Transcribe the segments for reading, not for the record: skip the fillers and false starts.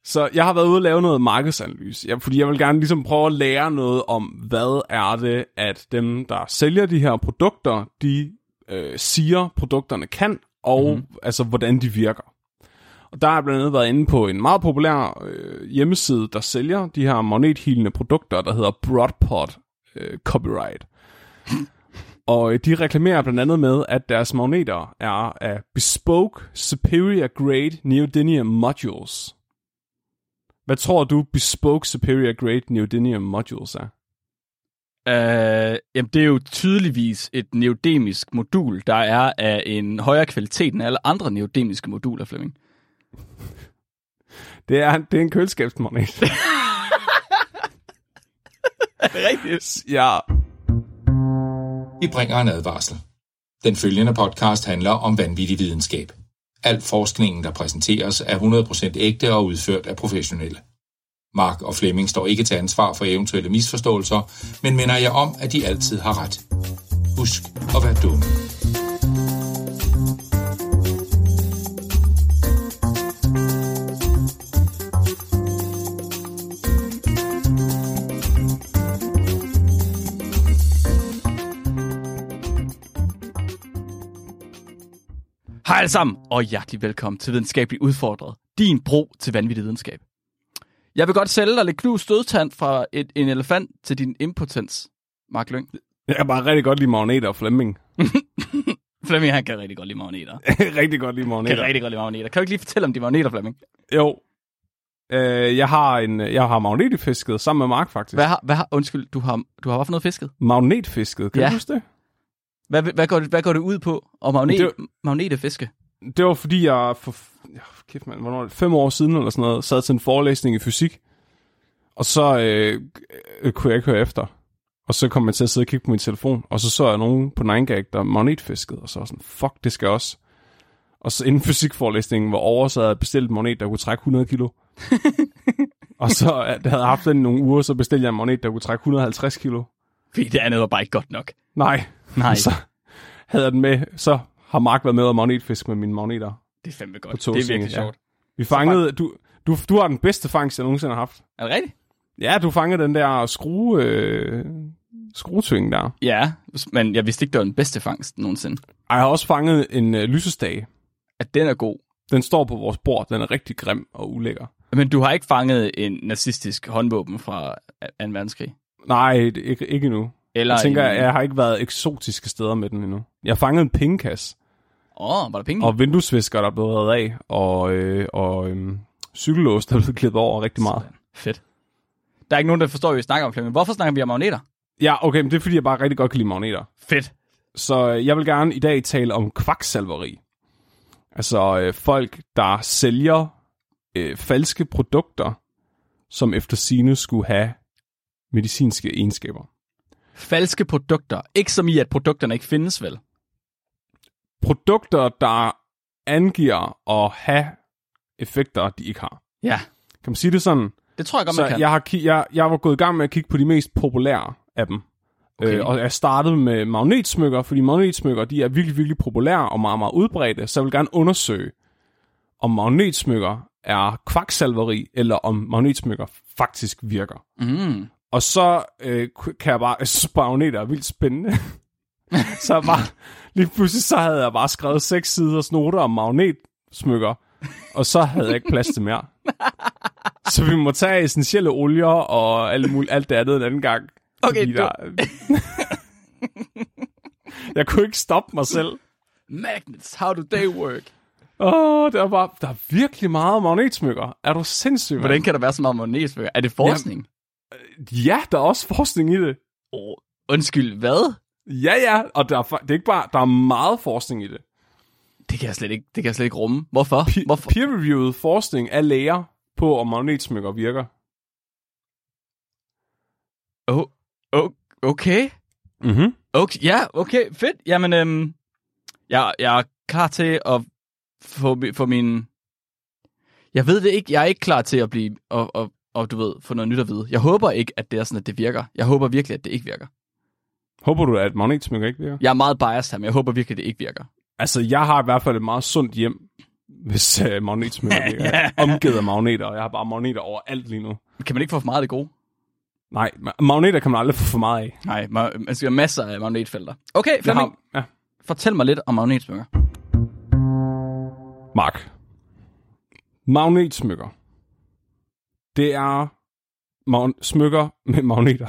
Så jeg har været ude og lave noget markedsanalyse, fordi jeg vil gerne ligesom prøve at lære noget om, hvad er det, at dem, der sælger de her produkter, de siger, produkterne kan, og altså, hvordan de virker. Og der har jeg blandt andet været inde på en meget populær hjemmeside, der sælger de her magnethilende produkter, der hedder Broadpod Copyright. Og de reklamerer blandt andet med, at deres magneter er af bespoke superior grade neodymium modules. Hvad tror du bespoke superior grade neodymium modules er? Jamen det er jo tydeligvis et neodymisk modul, der er af en højere kvalitet end alle andre neodymiske moduler, Flemming. Det er en køleskabsmagnet. Er det rigtigt? Ja. Vi bringer en advarsel. Den følgende podcast handler om vanvittig videnskab. Al forskningen, der præsenteres, er 100% ægte og udført af professionelle. Mark og Flemming står ikke til ansvar for eventuelle misforståelser, men minder jer om, at de altid har ret. Husk at være dumme. Hej alle sammen, og hjertelig velkommen til Videnskabeligt Udfordret. Din bro til vanvittig videnskab. Jeg vil godt sælge dig lidt knust stødtand fra en elefant til din impotens, Mark Lyng. Jeg kan bare rigtig godt lide magneter, Flemming. Flemming, han kan rigtig godt lide magneter. Rigtig godt lide magneter. Kan du ikke lige fortælle om de magneter, Flemming? Jo. Jeg har magnetfisket sammen med Mark, faktisk. Undskyld, du har hvad for noget fisket? Magnetfisket, kan du huske det? Hvad går det ud på at magnetfiske? Det var fordi jeg for 5 år siden eller sådan noget, sad til en forelæsning i fysik, og så kunne jeg ikke høre efter. Og så kom jeg til at sidde og kigge på min telefon, og så jeg nogen på 9gag, der magnetfiskede, og så var sådan, fuck, det skal også. Og så inden fysikforelæsningen var over, så havde jeg bestilt en magnet, der kunne trække 100 kilo. Og så havde jeg haft den i nogle uger, så bestilte jeg en magnet, der kunne trække 150 kilo. Fordi det andet var bare ikke godt nok. Nej. Så havde jeg den med, så har Mark været med og magnetfisk med mine magneter. Det er fandme godt. Det er virkelig sjovt. Vi fangede, du har den bedste fangst, jeg nogensinde har haft. Er det rigtigt? Ja, du fangede den der skruetving der. Ja, men jeg vidste ikke, det var den bedste fangst nogensinde. Jeg har også fanget en lysestage. At den er god. Den står på vores bord. Den er rigtig grim og ulækker. Men du har ikke fanget en nazistisk håndvåben fra 2. verdenskrig? Nej, ikke endnu. Jeg tænker, jeg har ikke været eksotiske steder med den endnu. Jeg fangede en pengekasse. Var der penge? Og vinduesvisker, der blev reddet af. Og cykellås, der blev klippet over rigtig meget. Fedt. Der er ikke nogen, der forstår, hvad vi snakker om, Flemming. Hvorfor snakker vi om magneter? Ja, okay, men det er, fordi jeg bare rigtig godt kan lide magneter. Fedt. Så jeg vil gerne i dag tale om kvaksalveri. Altså folk, der sælger falske produkter, som efter sigende skulle have medicinske egenskaber. Falske produkter. Ikke som i, at produkterne ikke findes, vel? Produkter, der angiver at have effekter, de ikke har. Ja. Kan man sige det sådan? Det tror jeg godt, man kan. Jeg var gået i gang med at kigge på de mest populære af dem. Okay. Og jeg startede med magnetsmykker, fordi magnetsmykker, de er virkelig, virkelig populære og meget, meget udbredte. Så jeg vil gerne undersøge, om magnetsmykker er kvaksalveri, eller om magnetsmykker faktisk virker. Mm. Og så kan jeg bare... Jeg synes, magneter er vildt spændende. Lige pludselig så havde jeg bare skrevet 6 sider noter om magnetsmykker, og så havde jeg ikke plads til mere. Så vi må tage essentielle olier og alt det andet en anden gang. Okay, Jeg kunne ikke stoppe mig selv. Magnets, how do they work? Der er virkelig meget magnetsmykker. Er du sindssyg, man? Hvordan kan der være så meget magnetsmykker? Er det forskning? Ja, der er også forskning i det. Undskyld, hvad? Ja, og det er ikke bare, der er meget forskning i det. Det kan jeg slet ikke rumme. Hvorfor? Peer-reviewed forskning af læger på, om magnetsmykker virker. Okay. Mhm. Okay, ja, okay, fedt. Jamen, jeg er klar til at få min... Jeg ved det ikke. Jeg er ikke klar til at blive... Og du ved, få noget nyt at vide. Jeg håber ikke, at det er sådan, at det virker. Jeg håber virkelig, at det ikke virker. Håber du, at magnetsmykker ikke virker? Jeg er meget biased her, men jeg håber virkelig, at det ikke virker. Altså, jeg har i hvert fald et meget sundt hjem. hvis magnetsmykker er omgivet af magneter, og jeg har bare magneter over alt lige nu. Kan man ikke få for meget af det gode? Nej, magneter kan man aldrig få for meget af. Nej, man skal have masser af magnetfelter. Okay, Flemming, fortæl mig lidt om magnetsmykker. Mark, magnetsmykker, det er smykker med magneter.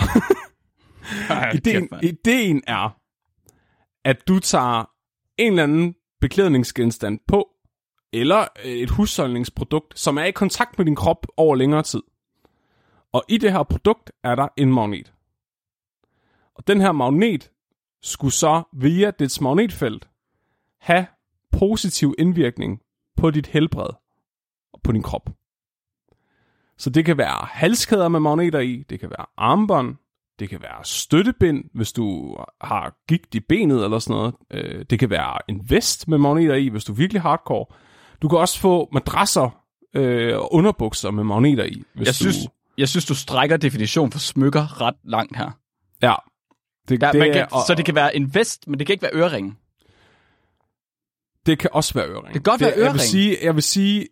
Ideen er, at du tager en eller anden beklædningsgenstand på, eller et husholdningsprodukt, som er i kontakt med din krop over længere tid. Og i det her produkt er der en magnet. Og den her magnet skulle så via dets magnetfelt have positiv indvirkning på dit helbred og på din krop. Så det kan være halskæder med magneter i, det kan være armbånd, det kan være støttebind, hvis du har gigt i benet eller sådan noget. Det kan være en vest med magneter i, hvis du er virkelig hardcore. Du kan også få madrasser og underbukser med magneter i. Jeg synes, du strækker definition for smykker ret langt her. Ja. Så det kan være en vest, men det kan ikke være øreringe. Det kan også være øreringe. Det kan godt være øreringe. Jeg vil sige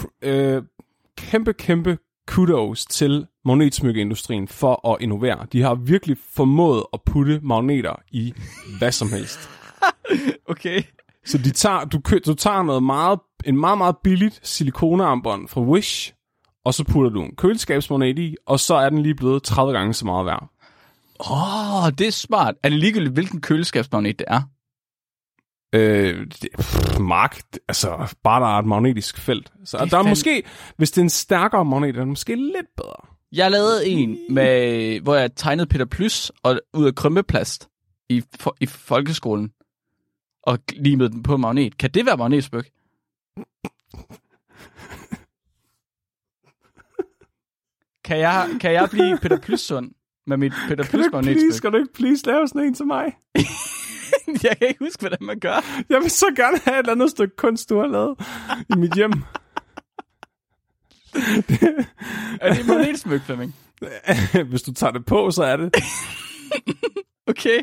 kæmpe kudos til magnetsmykkeindustrien for at innovere. De har virkelig formået at putte magneter i hvad som helst. Okay. Så du tager en meget billigt silikonearmbånd fra Wish, og så putter du en køleskabsmagnet i, og så er den lige blevet 30 gange så meget værd. Det er smart. Er det ligegyldigt, hvilken køleskabsmagnet det er? Mark, altså bare der er et magnetisk felt. Så der er måske, hvis det er en stærkere magnet, er det måske lidt bedre. Jeg lavede en, hvor jeg tegnede Peter Plys og ud af krømmeplast i folkeskolen, og limede den på en magnet. Kan det være magnetsmykke? Kan jeg blive Peter Plys-sund med mit Peter Plys-magnetsmykke? Skal du ikke please lave sådan en til mig? Jeg kan ikke huske, hvordan man gør. Jeg vil så gerne have et eller andet stykke kunst, du har lavet i mit hjem. Er det en magnetsmykke, Flemming? Hvis du tager det på, så er det. Okay.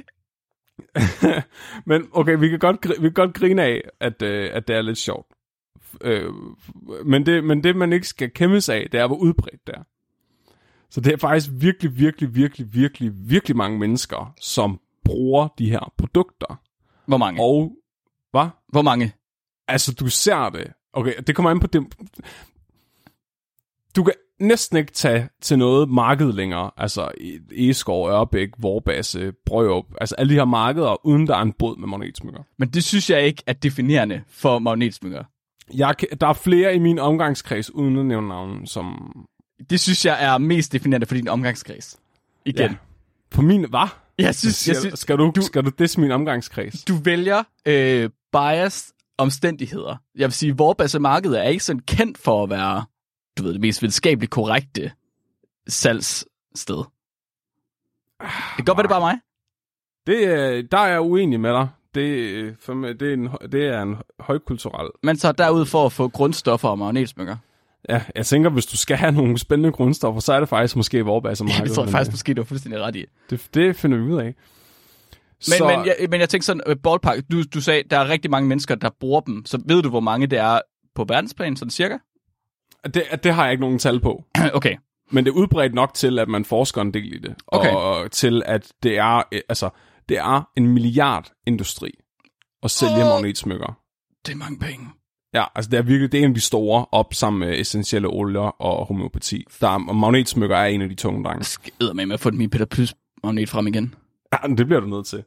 Men okay, vi kan godt grine af, at det er lidt sjovt. Men det, man ikke skal kæmmes af, det er, hvor udbredt det er. Så det er faktisk virkelig mange mennesker, som bruger de her produkter. Hvor mange? Og, hvad? Hvor mange? Altså, du ser det. Okay, det kommer an på det. Du kan næsten ikke tage til noget marked længere. Altså, Egeskov, Ørbæk, Vorbasse, Brørup. Altså, alle de her markeder, uden der er en båd med magnetsmykker. Men det synes jeg ikke er definerende for magnetsmykker. Der er flere i min omgangskreds, uden at nævne navn, som... Det synes jeg er mest definerende for din omgangskreds. Igen. Ja. På min, hvad? Jeg synes, skal du disse min omgangskreds? Du vælger biased omstændigheder. Jeg vil sige, Vorbasse-markedet er ikke sådan kendt for at være, du ved, det mest videnskabeligt korrekte salgssted. Det kan godt være, det bare mig. Der er jeg uenig med dig. Det er en højkulturel... Man tager derud for at få grundstoffer og magnetsmykker. Ja, jeg tænker, hvis du skal have nogle spændende grundstoffer, så er det faktisk måske Vorbasse-markedet. Ja, det tror jeg faktisk måske, du har fuldstændig ret i. Det finder vi ud af. Men jeg tænker sådan, ballpark, du sagde, der er rigtig mange mennesker, der bruger dem. Så ved du, hvor mange det er på verdensplan, sådan cirka? Det har jeg ikke nogen tal på. Okay. Men det er udbredt nok til, at man forsker en del i det. Okay. Og til, at det er en milliardindustri at sælge magnetsmykker. Det er mange penge. Ja, altså det er en af de store, op sammen med essentielle olier og homeopati. Magnetsmykker er en af de tunge drenge. Jeg skider med at få min Peter Plys magnet frem igen. Ja, det bliver du nødt til.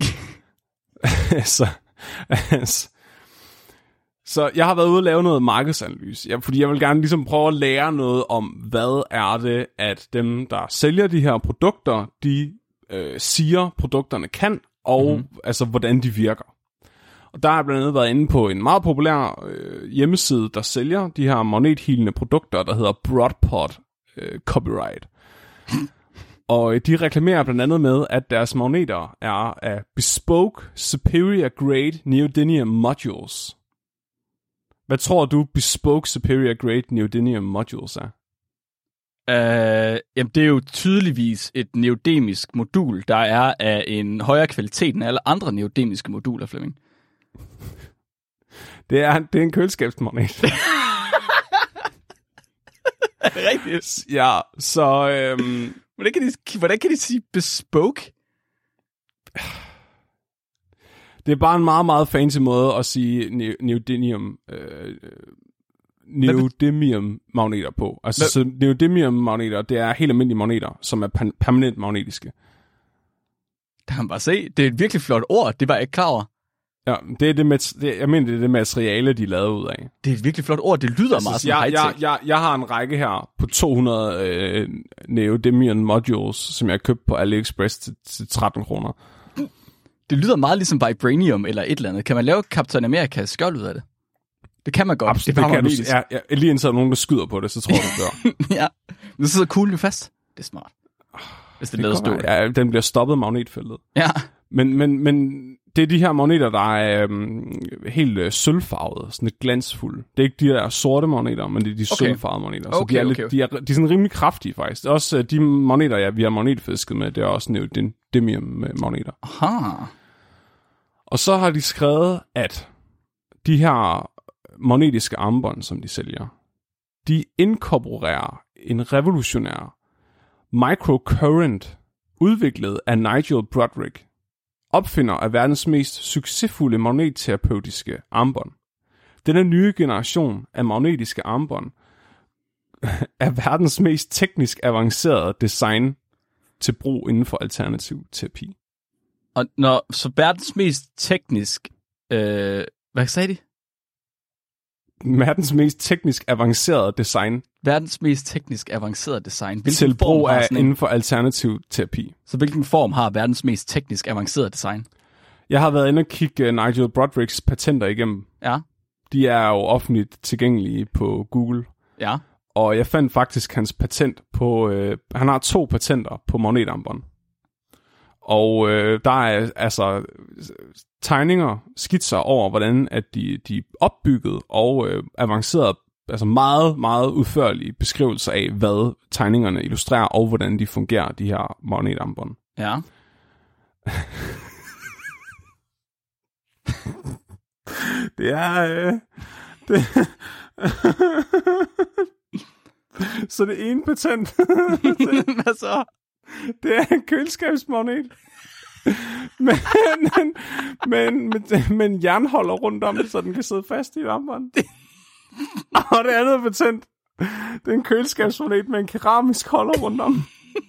Så jeg har været ude og lave noget markedsanalyse, fordi jeg vil gerne ligesom prøve at lære noget om, hvad er det, at dem, der sælger de her produkter, de siger, produkterne kan, og altså hvordan de virker. Og der har jeg blandt andet været inde på en meget populær hjemmeside, der sælger de her magnethilende produkter, der hedder Broadpod Copyright. Og de reklamerer blandt andet med, at deres magneter er af bespoke superior grade neodymium modules. Hvad tror du bespoke superior grade neodymium modules er? Jamen det er jo tydeligvis et neodymisk modul, der er af en højere kvalitet end alle andre neodymiske moduler, Flemming. Det er en køleskabsmagnet. Er det rigtigt? Ja, så... Hvordan kan de sige bespoke? Det er bare en meget, meget fancy måde at sige neodymium-magneter på. Altså, så neodymium-magneter, det er helt almindelige magneter, som er permanent magnetiske. Der kan man bare se. Det er et virkelig flot ord. Det var jeg ikke klar over. Ja, det er det materiale, de er lavet ud af. Det er et virkelig flot ord. Det lyder meget som high-tech. Jeg har en række her på 200 neodymium modules, som jeg har købt på AliExpress til 13 kroner. Det lyder meget ligesom Vibranium eller et eller andet. Kan man lave Captain America skjold ud af det? Det kan man godt. Absolut, det kan du. Ja, lige indtil der er nogen, der skyder på det, så tror jeg, du dør. Ja, men så sidder kuglen smart. Det er smart. Hvis det er lavet stål. Ja, den bliver stoppet magnetfeltet. Ja. Men det er de her magneter, der er helt sølvfarvede, sådan lidt glansfulde. Det er ikke de der sorte magneter, men det er de sølvfarvede magneter. Så de er sådan rimelig kraftige faktisk. Også de magneter, vi har magnetfisket med, det er også neodymium-magneter. Aha. Og så har de skrevet, at de her magnetiske armbånd, som de sælger, de inkorporerer en revolutionær microcurrent, udviklet af Nigel Broderick, opfinder af verdens mest succesfulde magnetterapeutiske armbånd. Denne nye generation af magnetiske armbånd er verdens mest teknisk avancerede design til brug inden for alternativ terapi. Og så verdens mest teknisk... hvad sagde de? Verdens mest teknisk avancerede design. Verdens mest teknisk avancerede design. Hvilken til brug af inden for alternativ terapi. Så hvilken form har verdens mest teknisk avancerede design? Jeg har været inde og kigge Nigel Brodericks patenter igennem. Ja. De er jo offentligt tilgængelige på Google. Ja. Og jeg fandt faktisk hans patent på... han har 2 patenter på magnetarmbånd. Og der er altså tegninger, skitser over, hvordan at de er opbygget og avanceret, altså meget, meget udførlige beskrivelser af, hvad tegningerne illustrerer, og hvordan de fungerer, de her magnetarmbånd. Ja. Det er... Så det ene patent... Hvad så? Det er en køleskabsmagnet. Men en jernholder rundt om det, så den kan sidde fast i et armbånd. Og det andet patent, det er en køleskabsmagnet med en keramisk holder rundt om.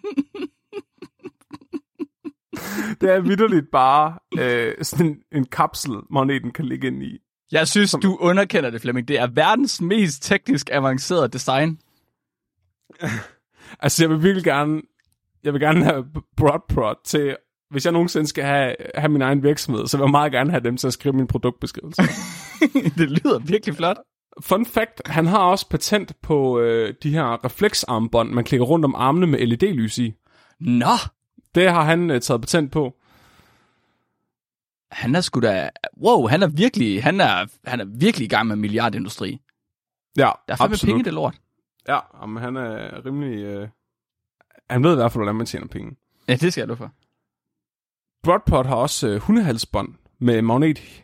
Det er vitterligt bare sådan en kapsel, magneten kan ligge ind i. Jeg synes, du underkender det, Flemming. Det er verdens mest teknisk avancerede design. Altså, jeg vil gerne have Broadprod til, hvis jeg nogensinde skal have min egen virksomhed, så vil jeg meget gerne have dem til at skrive min produktbeskrivelse. Det lyder virkelig flot. Fun fact, han har også patent på de her refleksarmbånd, man klikker rundt om armene med LED-lys i. Nå! Det har han taget patent på. Han er sgu da... Wow, han er virkelig i gang med milliardindustri. Ja, der er fandme absolut. penge, det lort. Ja, men han er rimelig... han ved i hvert fald, hvordan man tjener penge. Ja, det skal jeg for. Broadpod har også hundehalsbånd med magnet...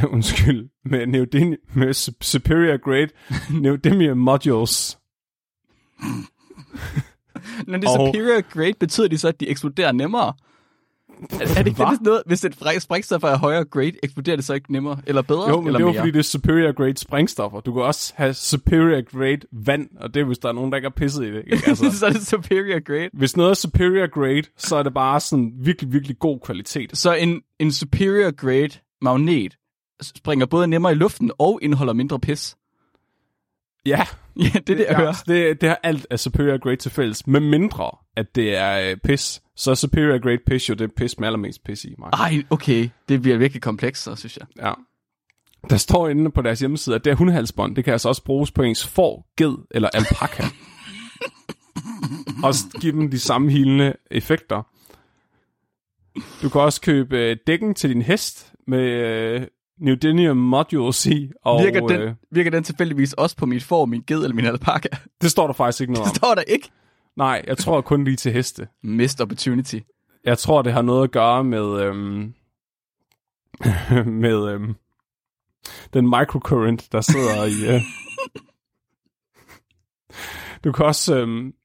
med superior grade neodymium modules. Når det er superior grade, betyder det så, at de eksploderer nemmere? Er det ikke noget, hvis et sprængstof er højere grade, eksploderer det så ikke nemmere? Eller bedre? Jo, men eller det er jo mere? fordi, det er superior grade sprængstoffer. Du kan også have superior grade vand, og det er, hvis der er nogen, der ikke har pisset i det. Altså, så er det superior grade? Hvis noget er superior grade, så er det bare sådan virkelig, virkelig god kvalitet. Så en superior grade magnet springer både nemmere i luften og indeholder mindre pis? Ja. Ja, det er det, jeg hører. Det har alt af superior grade til fælles, med mindre, at det er pis. Så superior grade pis jo, det er pis med allermest pis i. Mark. Ej, okay. Det bliver virkelig komplekst, så synes jeg. Ja. Der står inde på deres hjemmeside, at det her hundehalsbånd, det kan altså også bruges på ens får, ged eller alpaka. Og give dem de samme healende effekter. Du kan også købe dækken til din hest med neodymium modules i. Og, virker den tilfældigvis også på mit får, min ged eller min alpaka? Det står der faktisk ikke noget om. Det står der ikke? Nej, jeg tror kun lige til heste. Missed opportunity. Jeg tror, det har noget at gøre med Den microcurrent, der sidder i... Du kan også...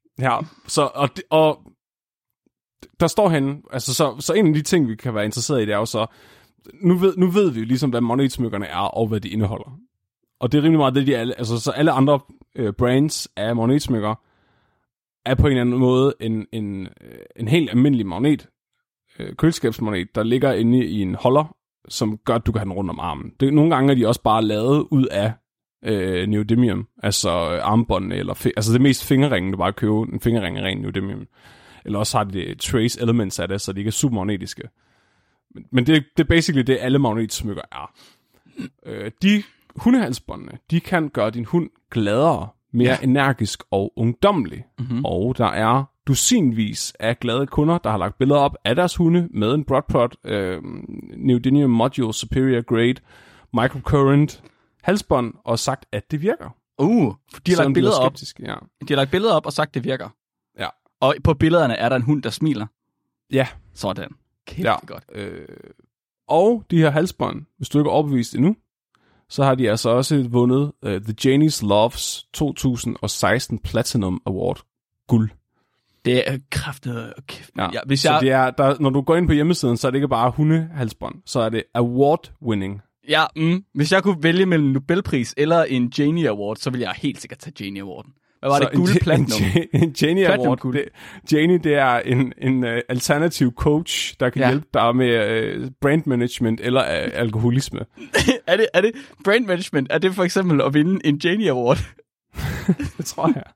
og der står henne... Altså, så en af de ting, vi kan være interesseret i, det er jo så... Nu ved vi jo ligesom, hvad magnetsmykkerne er, og hvad de indeholder. Og det er rimelig meget det, de alle... Altså, så alle andre brands af magnetsmykker er på en eller anden måde en helt almindelig magnet, køleskabsmagnet, der ligger inde i en holder, som gør, at du kan have den rundt om armen. Nogle gange er de også bare lavet ud af neodymium, altså armbåndene, eller altså det mest fingerringen, du bare køber en fingerring af ren neodymium. Eller også har de trace elements af det, så de ikke er supermagnetiske. Men det er basically det, alle magnetsmykker er. De hundehalsbåndene, de kan gøre din hund gladere, mere energisk og ungdommelig. Mm-hmm. Og der er dusinvis af glade kunder, der har lagt billeder op af deres hunde med en BroadProt, Neodymium Module Superior Grade, Microcurrent halsbånd, og sagt, at det virker. De har lagt billeder op. Ja. De har lagt billeder op og sagt, at det virker. Ja. Og på billederne er der en hund, der smiler. Ja. Sådan. Kæft, ja. Godt. Og de her halsbånd, hvis du ikke er overbevist endnu, så har de altså også vundet The Janie's Loves 2016 Platinum Award guld. Det er kraftigt. Ja. Så det er, når du går ind på hjemmesiden, så er det ikke bare hundehalsbånd, så er det award-winning. Ja, hvis jeg kunne vælge mellem en Nobelpris eller en Janie Award, så ville jeg helt sikkert tage Janie Awarden. Hvad var så det? Guld platinum? En Janie Award. Janie, det er en alternativ coach, der kan hjælpe dig med brand management eller alkoholisme. er det brand management? Er det for eksempel at vinde en Janie Award? Det tror jeg.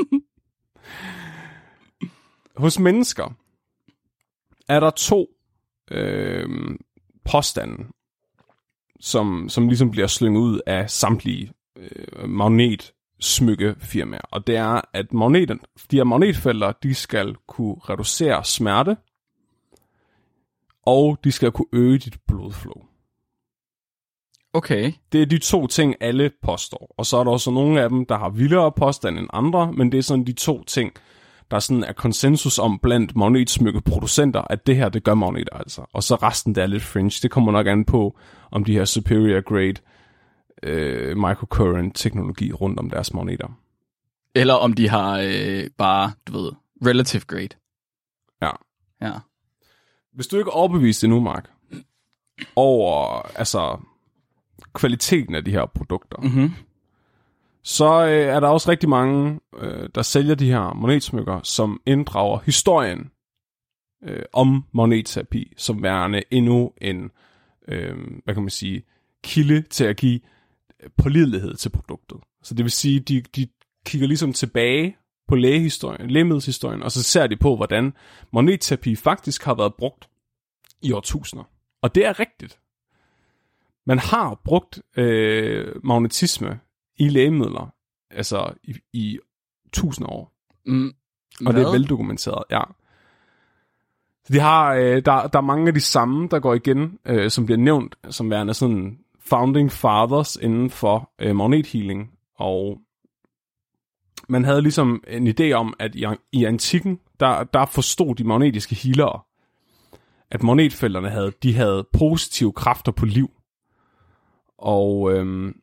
Hos mennesker er der 2 påstande, som ligesom bliver slynget ud af samtlige magnetsmykkefirmaer. Og det er, at de her magnetfelter, de skal kunne reducere smerte, og de skal kunne øge dit blodflow. Okay. Det er de 2 ting, alle påstår. Og så er der også nogle af dem, der har vildere påstande end andre, men det er sådan de 2 ting, der sådan er konsensus om blandt magnetsmykkeproducenter, at det her, det gør magneter altså. Og så resten, der er lidt fringe. Det kommer nok an på, om de her superior grade microcurrent teknologi rundt om deres magneter. Eller om de har bare, relative grade. Ja. Hvis du ikke er overbevist endnu, Mark, over kvaliteten af de her produkter, så er der også rigtig mange, der sælger de her magnetsmykker, som inddrager historien om magnetterapi, som værende endnu en, kilde til at give pålidelighed til produktet. Så det vil sige, de kigger ligesom tilbage på lægemiddelhistorien, og så ser de på, hvordan magnetterapi faktisk har været brugt i årtusinder. Og det er rigtigt. Man har brugt magnetisme i lægemidler, altså i 1000 år. Og det er veldokumenteret, ja. Så de har, der er mange af de samme, der går igen, som bliver nævnt, som værende sådan founding fathers inden for magnethealing. Og man havde ligesom en idé om, at i antikken, der forstod de magnetiske healere, at magnetfelterne havde positive kræfter på liv. Og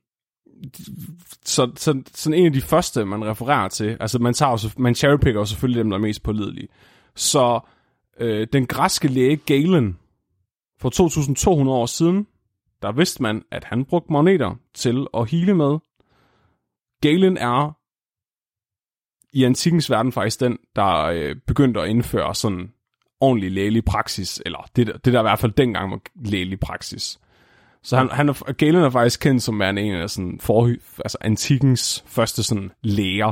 så sådan en af de første, man refererer til, altså man cherrypicker jo selvfølgelig dem, der er mest pålidelige. Så den græske læge Galen, for 2200 år siden, der vidste man, at han brugte magneter til at heale med. Galen er i antikkens verden faktisk den, der begyndte at indføre sådan ordentlig lægelig praksis, eller det der i hvert fald dengang var lægelig praksis. Så Galen er faktisk kendt som værende en af sådan antikkens første sådan læger.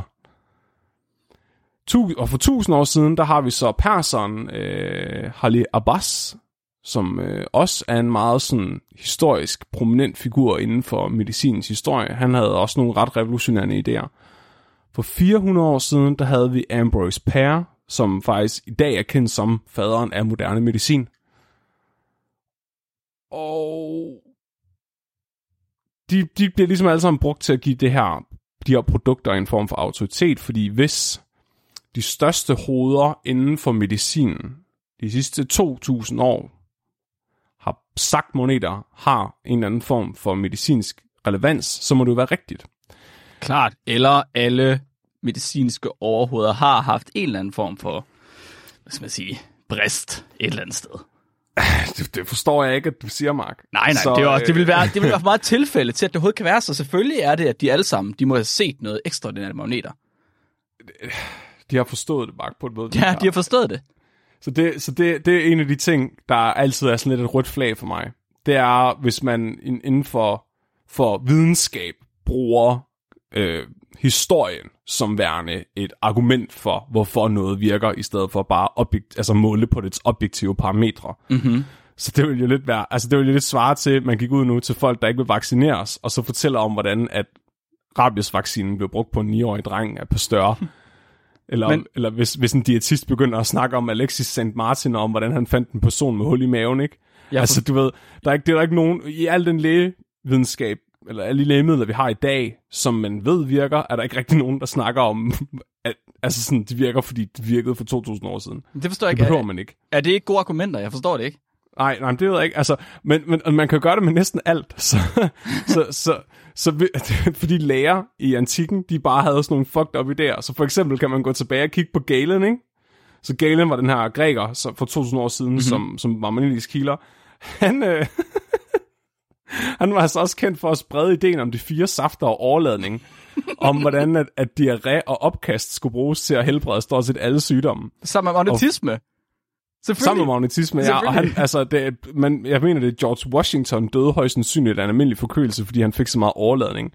Og for 1000 år siden, der har vi så perseren Haile Abbas, som også er en meget sådan historisk prominent figur inden for medicinens historie. Han havde også nogle ret revolutionerende idéer. For 400 år siden, der havde vi Ambrose Pare, som faktisk i dag er kendt som faderen af moderne medicin. Og de bliver ligesom alle sammen brugt til at give de her produkter en form for autoritet, fordi hvis de største hoveder inden for medicinen de sidste 2000 år har sagt magneter har en eller anden form for medicinsk relevans, så må det jo være rigtigt. Klart. Eller alle medicinske overhoveder har haft en eller anden form for, hvad skal man sige, brist et eller andet sted. Det forstår jeg ikke, at du siger, Mark. Nej, så, det vil være for meget tilfælde til, at det overhovedet kan være så. Selvfølgelig er det, at de alle sammen, de må have set noget ekstraordinært magneter. De har forstået det, Mark, på en måde. Ja, de har forstået det. Så det er en af de ting, der altid er sådan lidt et rødt flag for mig. Det er, hvis man inden for videnskab bruger historien som værende et argument for, hvorfor noget virker, i stedet for bare måle på dets objektive parametre. Mm-hmm. Så det vil jo lidt være, det vil jo lidt svare til, at man gik ud nu til folk, der ikke vil vaccineres, og så fortæller om, hvordan at rabiesvaccinen blev brugt på en 9-årig dreng af Pasteur. Eller hvis en diætist begynder at snakke om Alexis St. Martin, og om hvordan han fandt en person med hul i maven, ikke? Du ved, det er der ikke nogen, i al den lægevidenskab, eller alle de lægemidler, vi har i dag, som man ved virker, er der ikke rigtig nogen, der snakker om, at de virker, fordi de virkede for 2000 år siden. Det forstår jeg ikke. Det behøver man ikke. Er det ikke gode argumenter? Jeg forstår det ikke. Nej, det ved jeg ikke. Men man kan gøre det med næsten alt. Så fordi læger i antikken, de bare havde sådan nogle fucked up idéer. Så for eksempel kan man gå tilbage og kigge på Galen, ikke? Så Galen var den her græker for 2000 år siden, som var Maimonides kilder. Han var altså også kendt for at sprede ideen om de 4 safter og overladning. Om hvordan at diarré og opkast skulle bruges til at helbrede stort set alle sygdomme. Sammen med magnetisme. Sammen med magnetisme, ja. Og jeg mener, det er George Washington døde højst sandsynligt af en almindelig forkølelse, fordi han fik så meget overladning.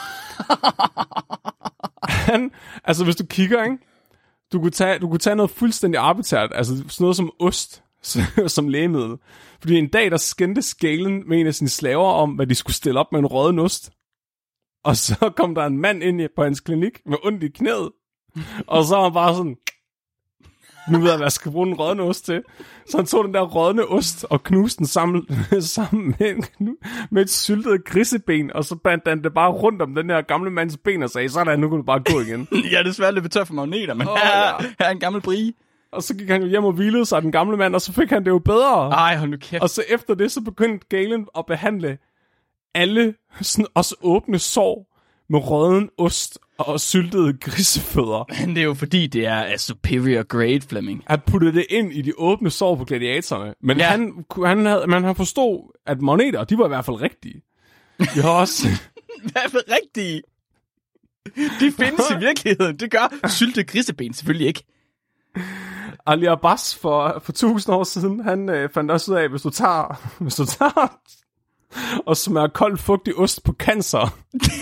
Hvis du kigger, ikke? Du kunne tage noget fuldstændig arbitrært, altså sådan noget som ost, som lægemiddel. Fordi en dag, der skændtes Galen med en af sine slaver om, hvad de skulle stille op med en rådden ost. Og så kom der en mand ind på hans klinik med ondt i knæet. Og så var han bare sådan, nu ved jeg, hvad jeg skal bruge den rådne ost til. Så han tog den der rådne ost og knuste den sammen med et syltet griseben, og så bandt han det bare rundt om den her gamle mands ben og sagde, sådan, nu kan du bare gå igen. Ja, det er svært lidt tør for magneter, men her er en gammel brie. Og så gik han jo hjem og hvilede sig, den gamle mand, og så fik han det jo bedre. Ej, hold nu kæft. Og så efter det, så begyndte Galen at behandle alle sådan, også åbne sår med rådden ost og syltede grisefødder. Men det er jo fordi, det er a superior grade, Flemming. At putte det ind i de åbne sår på gladiatorerne. Men ja. Man forstod, at magneter, de var i hvert fald rigtige. De har også... I hvert fald rigtige? De findes i virkeligheden. Det gør syltede griseben selvfølgelig ikke. Ali Abbas for 1000 år siden, han fandt også ud af, hvis du tager og smører kold fugtig ost på cancer,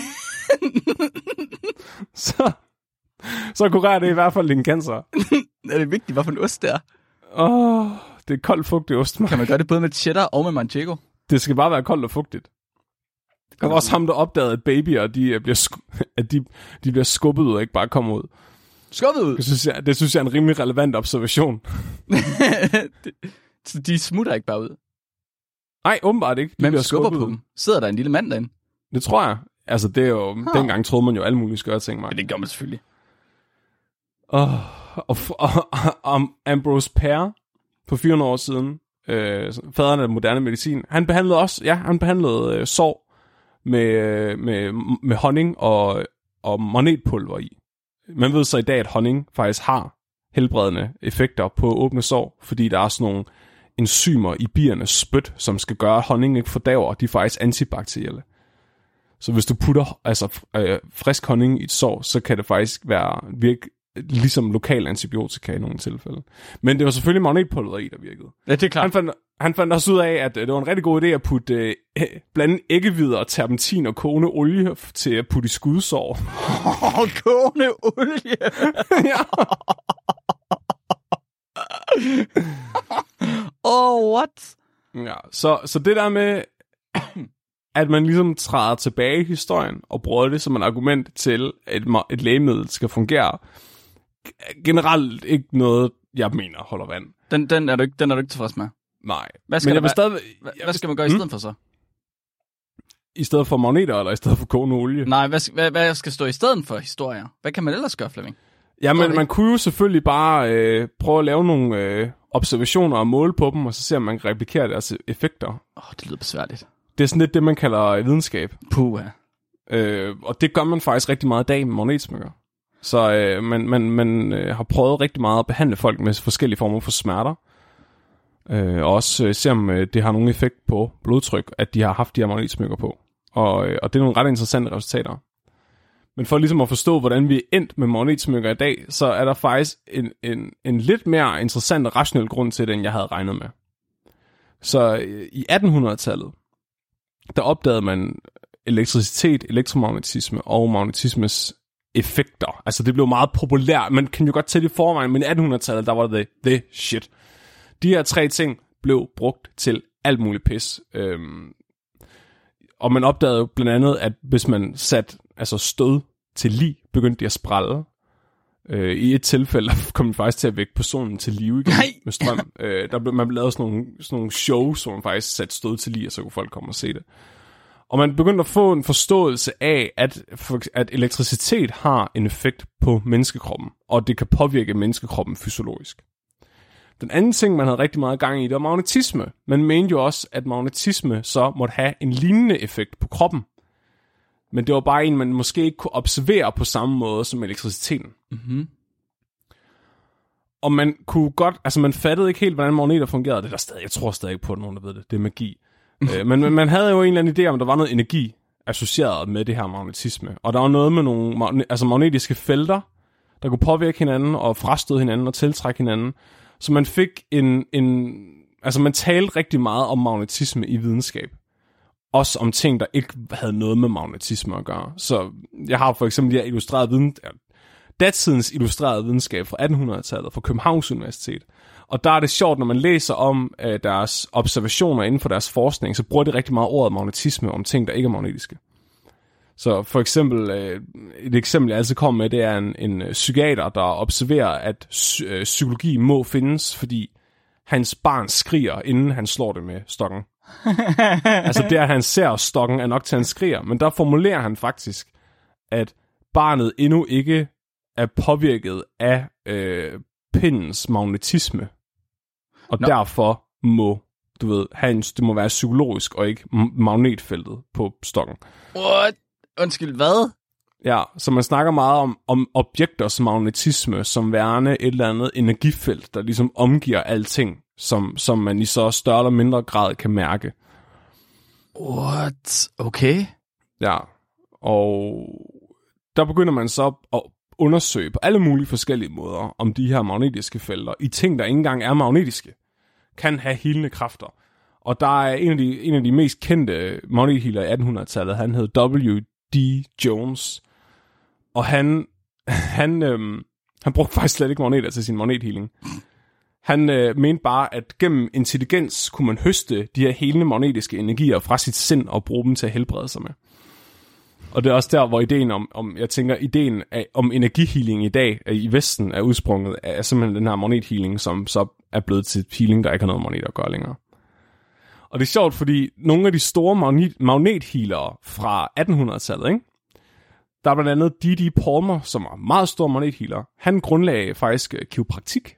så kurerer det i hvert fald din cancer. Er det vigtigt, hvad for en ost det er? Det er kold fugtig ost. Kan man gøre det både med cheddar og med manchego? Det skal bare være koldt og fugtigt. Der var også ham, der opdagede, at babyer, de bliver skubbet ud og ikke bare kommer ud. Skubbet ud? Det synes jeg er en rimelig relevant observation. Så de smutter ikke bare ud? Nej, åbenbart ikke. Men skubber på dem. Sidder der en lille mand derinde? Det tror jeg. Altså, det er jo... Dengang troede man jo alle mulige skøre ting, Mark. Men det gør man selvfølgelig. Om Ambrose Pare på 400 år siden, faderen af moderne medicin, han behandlede også, sår med honning og magnetpulver i. Man ved så i dag, at honning faktisk har helbredende effekter på åbne sår, fordi der er sådan nogle enzymer i biernes spyt, som skal gøre, at honning ikke fordaver, de er faktisk antibakterielle. Så hvis du putter frisk honning i et sår, så kan det faktisk virke ligesom lokal antibiotika i nogle tilfælde. Men det var selvfølgelig magnetpulver i, der virkede. Ja, det er klart. Han fandt også ud af, at det var en rigtig god idé at putte blande æggehvider og terpentin og kogende olie til at putte i skudsår. Kogende olie? Ja. What? Ja, så det der med, at man ligesom træder tilbage i historien og bruger det som en argument til, at et lægemiddel skal fungere, generelt ikke noget, jeg mener holder vand. Den er du ikke tilfreds med? Nej. Hvad skal man gøre i stedet for så? I stedet for magneter, eller i stedet for kogende olie? Nej, hvad skal stå i stedet for historier? Hvad kan man ellers gøre, Flemming? Jamen, man kunne jo selvfølgelig bare prøve at lave nogle observationer og måle på dem, og så ser man kan replikere deres effekter. Det lyder besværligt. Det er sådan lidt det, man kalder videnskab. Puh, og det gør man faktisk rigtig meget i dag med magnetsmykker. Så man har prøvet rigtig meget at behandle folk med forskellige former for smerter. Og også se om det har nogen effekt på blodtryk, at de har haft de her magnetsmykker på. Og det er nogle ret interessante resultater. Men for ligesom at forstå, hvordan vi er endt med magnetsmykker i dag, så er der faktisk en lidt mere interessant og rationel grund til det, end jeg havde regnet med. Så i 1800-tallet, der opdagede man elektricitet, elektromagnetisme og magnetismes effekter. Altså det blev meget populært. Man kan jo godt tage det i forvejen, men i 1800-tallet, der var det the shit. De her 3 ting blev brugt til alt muligt pis. Og man opdagede jo blandt andet, at hvis man satte stød til lig, begyndte de at sprælle. I et tilfælde kom man faktisk til at vække personen til live igen med strøm. Man lavede sådan nogle shows, hvor man faktisk satte stød til lig, og så kunne folk komme og se det. Og man begyndte at få en forståelse af, at elektricitet har en effekt på menneskekroppen, og det kan påvirke menneskekroppen fysiologisk. Den anden ting, man havde rigtig meget gang i, det var magnetisme. Man mente jo også, at magnetisme så måtte have en lignende effekt på kroppen. Men det var bare en, man måske ikke kunne observere på samme måde som elektriciteten. Mm-hmm. Og man kunne godt, man fattede ikke helt, hvordan magneter fungerede. Det der stadig, jeg tror stadig på, at nogen der ved det. Det er magi. Men man havde jo en eller anden idé om, at der var noget energi associeret med det her magnetisme. Og der var noget med nogle magnetiske felter, der kunne påvirke hinanden og frastøde hinanden og tiltrække hinanden. Så man fik man talte rigtig meget om magnetisme i videnskab. Også om ting, der ikke havde noget med magnetisme at gøre. Så jeg har for eksempel de her datidens illustrerede videnskab fra 1800-tallet fra Københavns Universitet. Og der er det sjovt, når man læser om deres observationer inden for deres forskning, så bruger de rigtig meget ordet magnetisme om ting, der ikke er magnetiske. Så for eksempel, et eksempel jeg altid kommer med, det er en psykiater, der observerer, at psykologi må findes, fordi hans barn skriger, inden han slår det med stokken. Altså det, at han ser stokken, er nok til, at han skriger. Men der formulerer han faktisk, at barnet endnu ikke er påvirket af pindens magnetisme. Og derfor må, det må være psykologisk og ikke magnetfeltet på stokken. What? Undskyld, hvad? Ja, så man snakker meget om objekters magnetisme som værende et eller andet energifelt, der ligesom omgiver alting, som man i så større eller mindre grad kan mærke. What? Okay. Ja, og der begynder man så at undersøge på alle mulige forskellige måder, om de her magnetiske felter i ting, der ikke engang er magnetiske, kan have healende kræfter. Og der er en af de mest kendte magnethealer i 1800-tallet, han hed W.D. Jones, og han brugte faktisk slet ikke magneter til sin magnethealing. Han mente bare, at gennem intelligens kunne man høste de her helende magnetiske energier fra sit sind og bruge dem til at helbrede sig med. Og det er også der, hvor ideen ideen om energihealing i dag i Vesten er udsprunget af simpelthen den her magnethealing, som så er blevet til healing, der ikke har noget magnet at gøre længere. Og det er sjovt, fordi nogle af de store magnethealere fra 1800-tallet, ikke? Der er blandt andet D.D. Palmer, som er meget stor magnethealer. Han grundlagde faktisk kiropraktik.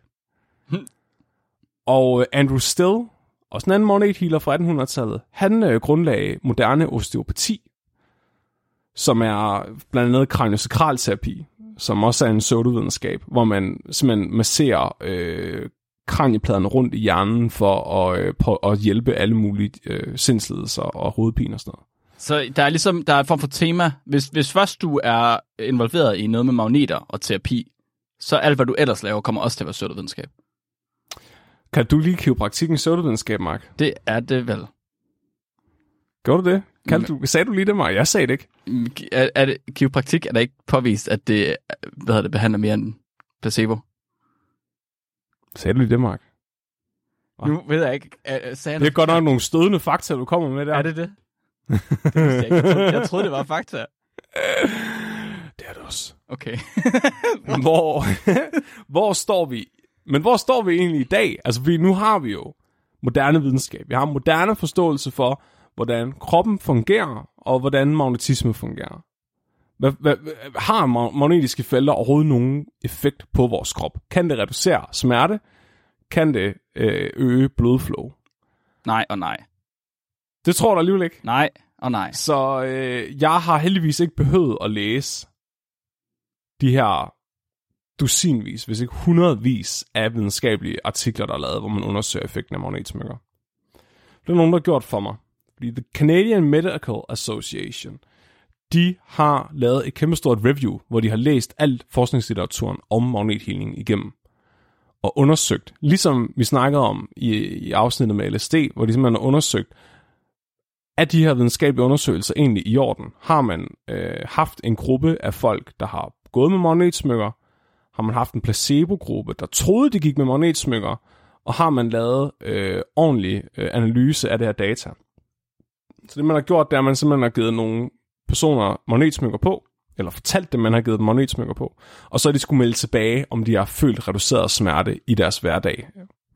Og Andrew Still, også en anden magnethealer fra 1800-tallet, han grundlagde moderne osteopati, som er blandt andet kraniosakralterapi, som også er en pseudovidenskab, hvor man simpelthen masserer kraniepladerne rundt i hjernen for at hjælpe alle mulige sindslidelser og hovedpine og sådan noget. Så der er en form for tema. Hvis først du er involveret i noget med magneter og terapi, så alt, hvad du ellers laver, kommer også til at være pseudovidenskab. Kan du lide kiropraktikken pseudovidenskab, Mark? Det er det vel. Gør du det? Sagde du lige det, Mark? Jeg sagde det ikke. Kiropraktik er der ikke påvist, at det behandler mere end placebo. Sagde du lige det, Mark? Nu ved jeg ikke. Det er godt nok nogle stødende fakta, du kommer med der. Er det? Det jeg ikke. Jeg troede, det var fakta. Det er det også. Okay. Hvor står vi? Men hvor står vi egentlig i dag? Altså, nu har vi jo moderne videnskab. Vi har en moderne forståelse for, hvordan kroppen fungerer, og hvordan magnetisme fungerer. Har magnetiske felter overhovedet nogen effekt på vores krop? Kan det reducere smerte? kan det øge blodflow. Nej og nej. Det tror du alligevel ikke. Nej og nej. Så jeg har heldigvis ikke behøvet at læse de her dusinvis, hvis ikke hundredvis af videnskabelige artikler, der er lavet, hvor man undersøger effekten af magnetsmykker. Det er nogen, der har gjort for mig. Fordi The Canadian Medical Association, de har lavet et kæmpestort review, hvor de har læst alt forskningslitteraturen om magnethilning igennem. Og undersøgt, ligesom vi snakkede om i afsnittet med LSD, hvor de simpelthen har undersøgt, at de her videnskabelige undersøgelser egentlig i orden. Har man haft en gruppe af folk, der har gået med magnetsmykker? Har man haft en placebo-gruppe, der troede, de gik med magnetsmykker? Og har man lavet ordentlig analyse af det her data? Så det, man har gjort, det er, at man simpelthen har givet nogle personer magnetsmykker på, eller fortalt dem, man har givet dem magnetsmykker på, og så er de skulle melde tilbage, om de har følt reduceret smerte i deres hverdag.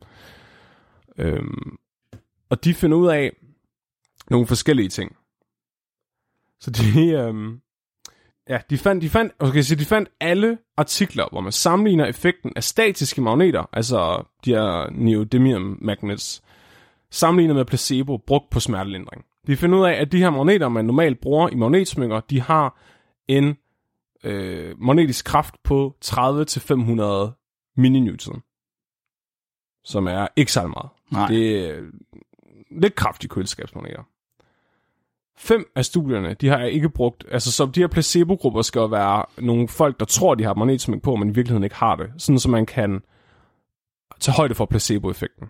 Og de finder ud af nogle forskellige ting. Så de fandt alle artikler, hvor man sammenligner effekten af statiske magneter, altså de her neodymium magnets, sammenlignet med placebo brugt på smertelindring. De finder ud af, at de her magneter, man normalt bruger i magnetsmykker, de har en magnetisk kraft på 30-500 millinewton, som er ikke særlig meget. Nej. Det er lidt kraftige køleskabsmagneter. 5 af studierne, de har jeg ikke brugt, altså så de her placebo-grupper skal jo være nogle folk, der tror, de har magnetsmykke på, men i virkeligheden ikke har det, sådan så man kan tage højde for placebo-effekten.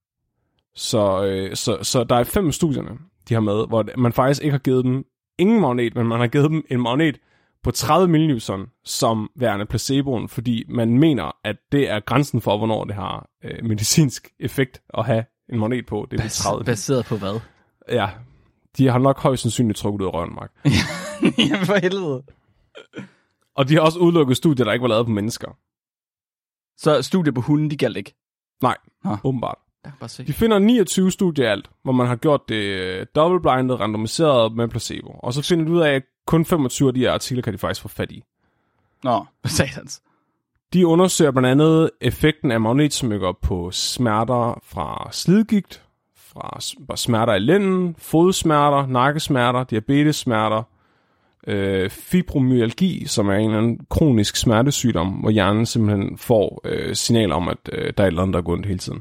Så der er 5 studierne, de har med, hvor man faktisk ikke har givet dem ingen magnet, men man har givet dem en magnet på 30 millinewton som værende placeboen, fordi man mener, at det er grænsen for, hvornår det har medicinsk effekt at have en magnet på. Det er 30. Baseret på hvad? Ja, de har nok højst sandsynligt trukket ud af røven, Mark. Jamen for helvede. Og de har også udelukket studier, der ikke var lavet på mennesker. Så studier på hunde, de galt ikke? Nej, åbenbart. De finder 29 studier alt, hvor man har gjort det dobbeltblindet, randomiseret med placebo. Og så finder de ud af, at kun 25 af de her artikler kan de faktisk få fat i. Nå, satans. De undersøger blandt andet effekten af magnetsmykker på smerter fra slidgigt, fra smerter i lænden, fodsmerter, nakkesmerter, diabetessmerter, fibromyalgi, som er en eller anden kronisk smertesygdom, hvor hjernen simpelthen får signaler om, at der er et eller andet, der går ondt hele tiden.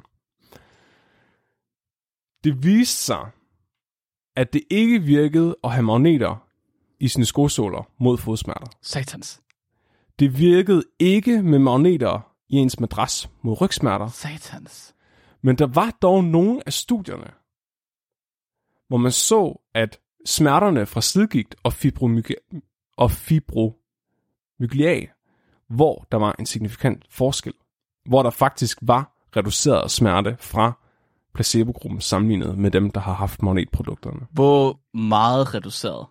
Det viste sig, at det ikke virkede at have magneter i sine skosåler mod fodsmerter. Satans. Det virkede ikke med magneter i ens madras mod rygsmerter. Satans. Men der var dog nogle af studierne, hvor man så, at smerterne fra slidgigt og fibromyalgi, hvor der var en signifikant forskel. Hvor der faktisk var reduceret smerte fra placebo-gruppen sammenlignet med dem, der har haft magnetprodukterne. Hvor meget reduceret?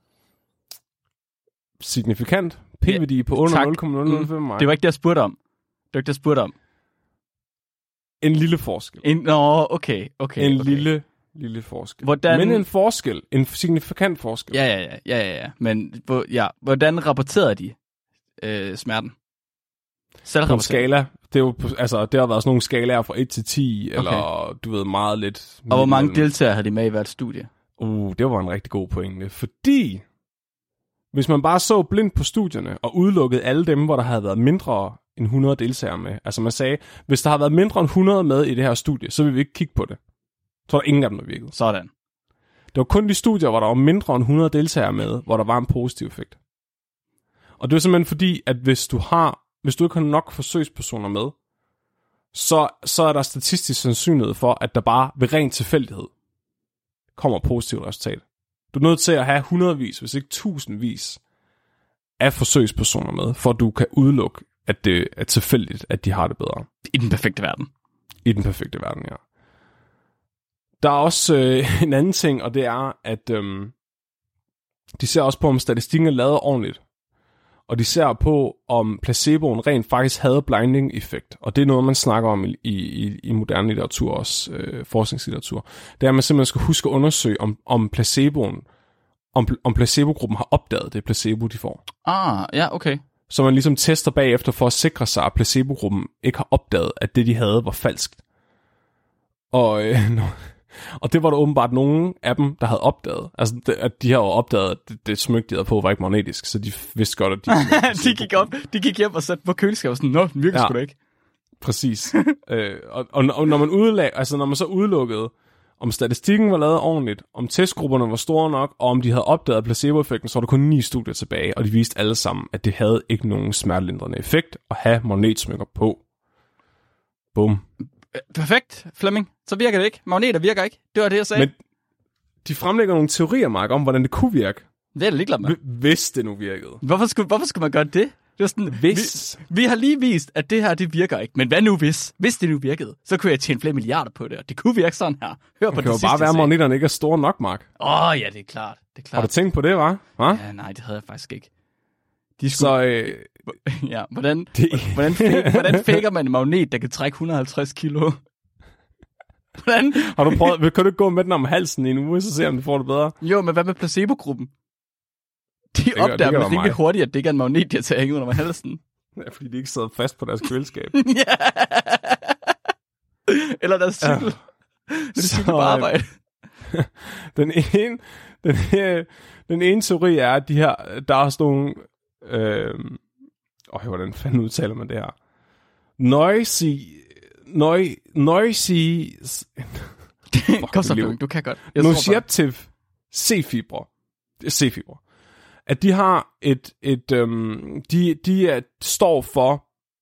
Signifikant. P-værdi på under 0,005. Det var ikke det, jeg spurgte om. En lille forskel. Okay. En lille forskel. Hvordan... Men en forskel. En signifikant forskel. Ja. Men hvordan rapporterede de smerten? På en skala. Det er jo, altså, det har været sådan nogle skalaer fra 1 til 10, okay. Eller du ved, meget lidt. Og hvor mange deltagere havde de med i hvert studie? Det var en rigtig god pointe. Fordi, hvis man bare så blindt på studierne, og udelukkede alle dem, hvor der havde været mindre end 100 deltagere med. Altså man sagde, hvis der har været mindre end 100 med i det her studie, så vil vi ikke kigge på det. Så var der ingen af dem, der virkede. Sådan. Det var kun de studier, hvor der var mindre end 100 deltagere med, hvor der var en positiv effekt. Og det er simpelthen fordi, at hvis du ikke har nok forsøgspersoner med, så er der statistisk sandsynlighed for, at der bare ved ren tilfældighed kommer positivt resultat. Du er nødt til at have hundredvis, hvis ikke tusindvis af forsøgspersoner med, for at du kan udelukke, at det er tilfældigt, at de har det bedre. I den perfekte verden. I den perfekte verden, ja. Der er også en anden ting, og det er, at de ser også på, om statistikken er lavet ordentligt. Og de ser på, om placeboen rent faktisk havde blinding-effekt. Og det er noget, man snakker om i moderne litteratur, også forskningslitteratur. Det er, at man simpelthen skal huske at undersøge, om placeboen, om placebogruppen har opdaget det placebo, de får. Ja, okay. som man ligesom tester bagefter for at sikre sig, at placebo-gruppen ikke har opdaget, at det, de havde, var falskt. Og det var der åbenbart nogen af dem, der havde opdaget. Altså, at de har jo opdaget, at det smykke, de havde på, var ikke magnetisk, så de vidste godt, at de gik hjem og satte på køleskabet sådan, nå, den virker sgu da ikke. Præcis. Og når man så udelukkede, om statistikken var lavet ordentligt, om testgrupperne var store nok, og om de havde opdaget placeboeffekten, så var der kun 9 studier tilbage, og de viste alle sammen, at det havde ikke nogen smertelindrende effekt at have magnetsmykker på. Bum. Perfekt, Flemming. Så virker det ikke. Magneter virker ikke. Det var det, jeg sagde. Men de fremlægger nogle teorier, Mark, om hvordan det kunne virke. Det er da ligeglad med. Hvis det nu virkede. Hvorfor skulle man gøre det? Det var sådan, hvis. Vi har lige vist, at det her, det virker ikke. Men hvad nu hvis? Hvis det nu virkede, så kunne jeg tjene flere milliarder på det. Og det kunne virke sådan her. Hør på det sidste. Det kan jo bare være, at magneterne ikke er store nok, Mark. Ja, det er klart. Har du tænkt på det, hva'? Ja, nej, det havde jeg faktisk ikke. Ja, hvordan faker man en magnet, der kan trække 150 kilo? Hvordan? Har du prøvet, kan du ikke gå med den om halsen i en uge, så se om du får det bedre? Jo, men hvad med placebo-gruppen? De opdager med rimelig hurtigt, at det ikke er en magnet, der tager hænge under halsen. Ja, fordi de ikke sidder fast på deres køleskab. Ja. Eller deres cykel. Ja. Det er cykel på arbejde. Den ene teori er, at der er sådan nogle... hvordan fanden udtaler man det her? Noisy... Kom så, du kan godt. Nociceptive C-fibre. At de har de står for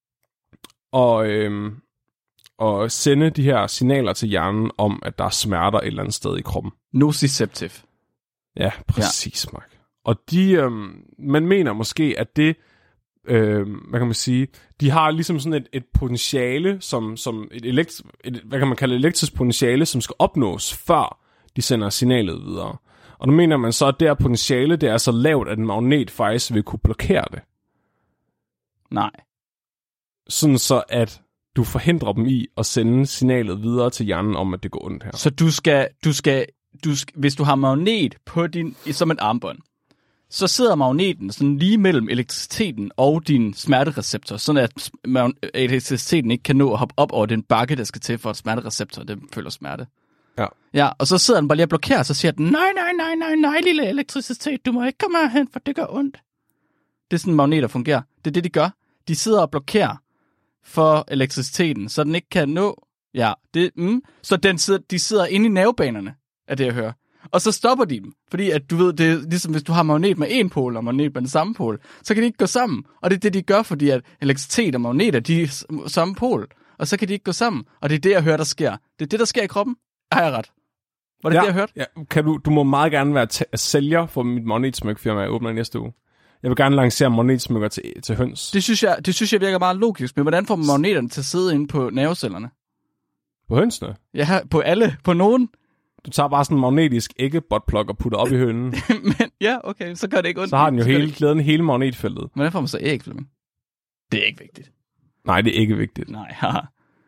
at sende de her signaler til hjernen om, at der er smerter et eller andet sted i kroppen. Nociceptive. Ja, præcis, Mark. Og man mener måske, at det, hvad kan man sige, de har ligesom sådan et potentiale, som hvad kan man kalde elektrisk potentiale, som skal opnås, før de sender signalet videre. Og nu mener man så, at det her potentiale, det er så lavt, at en magnet faktisk vil kunne blokere det. Nej. Sådan så, at du forhindrer dem i at sende signalet videre til hjernen om, at det går ondt her. Så du skal hvis du har magnet på som et armbånd, så sidder magneten sådan lige mellem elektriciteten og din smertereceptor, sådan at elektriciteten ikke kan nå at hoppe op over den bakke, der skal til for at smertereceptor, den føler smerte. Ja, og så sidder den bare lige og blokerer, så siger den, nej, lille elektricitet, du må ikke komme herhen, for det gør ondt. Det er sådan, magneter fungerer. Det er det, de gør. De sidder og blokerer for elektriciteten, så den ikke kan nå. Ja, så de sidder inde i nervebanerne, af det jeg hører. Og så stopper de dem, fordi at du ved, det er ligesom hvis du har magnet med en pol og magnet med den samme pol, så kan de ikke gå sammen. Og det er det, de gør, fordi at elektricitet og magneter, de er samme pol, og så kan de ikke gå sammen. Og det er det, jeg hører, der sker. Det er det, der sker i kroppen. Har jeg ret? Var det det, jeg hørte? Ja, du må meget gerne være sælger for mit magnetsmykfirma, jeg åbner i næste uge. Jeg vil gerne lancere magnetsmykker til høns. Det synes jeg virker meget logisk, men hvordan får man magneterne til at sidde inde på nervecellerne? På hønsene? Ja, på alle. På nogen. Du tager bare sådan en magnetisk æggebotplug og putter op i hønen. Men ja, okay, så gør det ikke ondt. Så har den jo glæden hele magnetfeltet. Hvordan får man så æg, Flemming? Det er ikke vigtigt. Nej, det er ikke vigtigt. Nej, haha.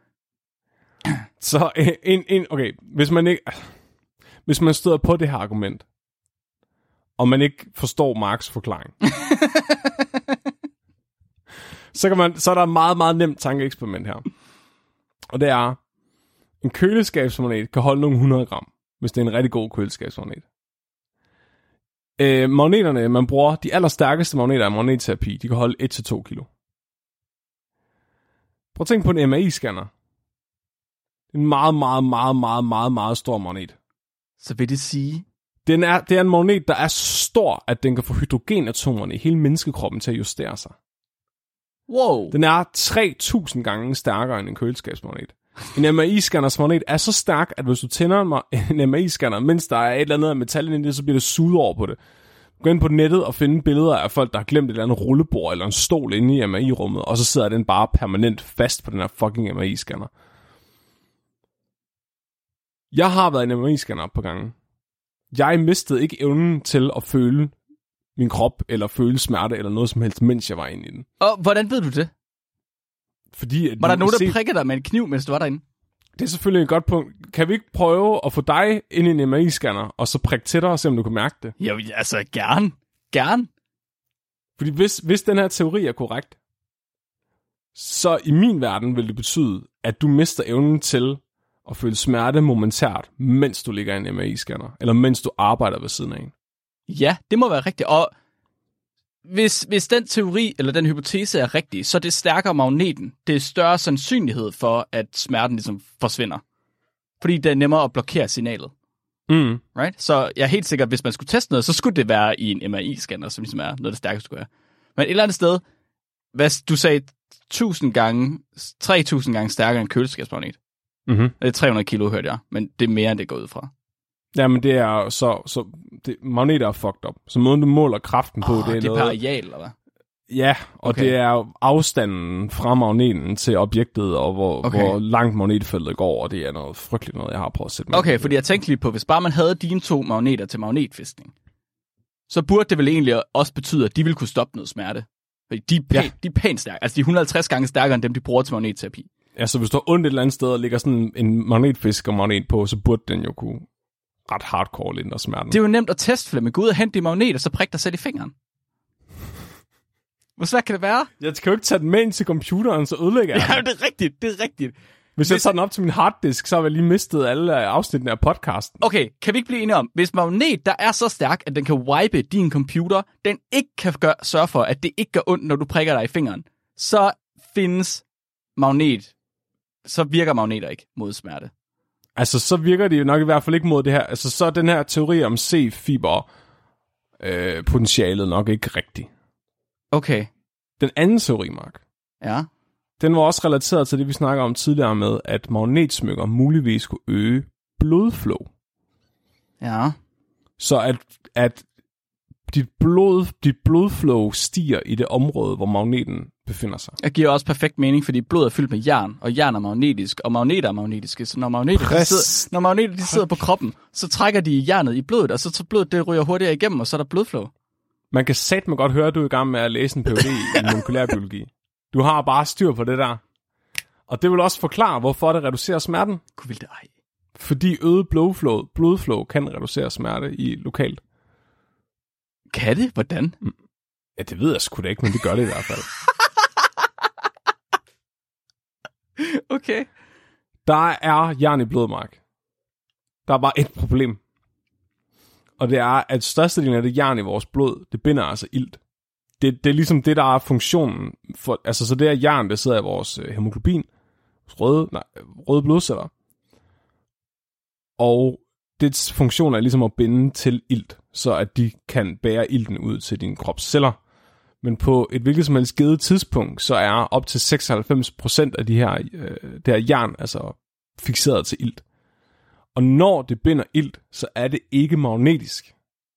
Så okay, hvis man støder på det her argument, og man ikke forstår Marks forklaring, så er der et meget, meget nemt tankeeksperiment her. Og det er, en køleskabsmagnet kan holde nogle 100 gram, hvis det er en rigtig god køleskabsmagnet. Magneterne, man bruger, de allerstærkeste magneter af magnetterapi, de kan holde 1-2 kilo. Prøv at tænke på en MRI-scanner. En meget, meget, meget, meget, meget, meget stor magnet. Så vil det sige? Det er en magnet, der er så stor, at den kan få hydrogenatomerne i hele menneskekroppen til at justere sig. Wow. Den er 3000 gange stærkere end en køleskabsmagnet. En MRI-scanners magnet er så stærk, at hvis du tænder en MRI-scanner, mens der er et eller andet metal inde i det, så bliver det suget over på det. Gå ind på nettet og finde billeder af folk, der har glemt et eller andet rullebord eller en stol inde i MRI-rummet, og så sidder den bare permanent fast på den her fucking MRI-scanner. Jeg har været i en MRI-scanner på gange. Jeg mistede ikke evnen til at føle min krop, eller føle smerte, eller noget som helst, mens jeg var inde i den. Og hvordan ved du det? Fordi, var der nogen, der prikkede dig med en kniv, mens du var derinde? Det er selvfølgelig et godt punkt. Kan vi ikke prøve at få dig ind i en MRI-scanner, og så prikke til dig, og se om du kan mærke det? Jo, altså gerne. Fordi hvis den her teori er korrekt, så i min verden vil det betyde, at du mister evnen til at føle smerte momentært, mens du ligger i en MRI-scanner, eller mens du arbejder ved siden af en. Ja, det må være rigtigt. Og hvis den teori eller den hypotese er rigtig, så det stærkere magneten. Det er større sandsynlighed for, at smerten ligesom forsvinder. Fordi det er nemmere at blokere signalet. Mm. Right? Så jeg er helt sikker, at hvis man skulle teste noget, så skulle det være i en MRI-scanner, som ligesom er noget af det stærkeste, skulle være. Men et eller andet sted, hvad du sagde 3.000 gange stærkere end køleskabsmagnet. Mm-hmm. Det er 300 kilo, hørte jeg, men det er mere, end det går ud fra. Jamen, det er så magneter er fucked up. Så måden, du måler kraften på, det er det noget... per areal, eller hvad? Ja, og Okay. det er afstanden fra magneten til objektet, og hvor langt magnetfeltet går, og det er noget frygteligt noget, jeg har prøvet at sætte mig. Okay, fordi jeg tænkte lige på, hvis bare man havde dine 2 magneter til magnetfiskning, så burde det vel egentlig også betyde, at de ville kunne stoppe noget smerte. Fordi de er pænt stærke. Altså, de er 150 gange stærkere end dem, de bruger til magnetterapi. Ja, så hvis du har ondt et eller andet sted, og ligger sådan en magnetfiskermagnet på, så burde den jo kunne ret hardcore lindre smerten. Det er jo nemt at teste, Flemming. Gå ud og hente de magneter, så prik dig selv i fingeren. Hvor svært kan det være? Jeg skal jo ikke tage den med ind til computeren, så ødelægger jeg Ja, det er rigtigt. Hvis jeg tager den op til min harddisk, så har jeg lige mistet alle afsnittene af podcasten. Okay, kan vi ikke blive enige om, hvis magnet, der er så stærk, at den kan wipe din computer, den ikke kan sørge for, at det ikke gør ondt, når du prikker dig i fingeren, så virker magneter ikke mod smerte. Altså, så virker det jo nok i hvert fald ikke mod det her. Altså, så er den her teori om C-fiber potentialet nok ikke rigtig. Okay. Den anden teori, Mark, Ja. den var også relateret til det, vi snakker om tidligere med, at magnetsmykker muligvis kunne øge blodflow. Ja. Så at dit blodflow stiger i det område, hvor magneten befinder sig. Det giver også perfekt mening, fordi blod er fyldt med jern, og jern er magnetisk, og magneter er magnetiske. Så når magneter de sidder på kroppen, så trækker de jernet i blodet, og så blodet det ryger hurtigere igennem, og så er der blodflow. Man kan satme godt høre, at du er i gang med at læse en Ph.D. i molekylærbiologi. Du har bare styr på det der. Og det vil også forklare, hvorfor det reducerer smerten. Gud vil det ej. Fordi øget blodflow kan reducere smerte i lokalt. Kan det? Hvordan? Ja, det ved jeg sgu da ikke, men det gør det i hvert fald. Okay. Der er jern i blodet, Mark. Der er bare et problem. Og det er, at størstedelen af det jern i vores blod, det binder altså ilt. Det er ligesom det, der er funktionen. Så det er jern, der sidder i vores hemoglobin, røde blodceller. Og dets funktion er ligesom at binde til ilt, så at de kan bære ilten ud til dine kropsceller. Men på et hvilket som helst givet tidspunkt, så er op til 96% af det her jern altså fikseret til ilt. Og når det binder ilt, så er det ikke magnetisk.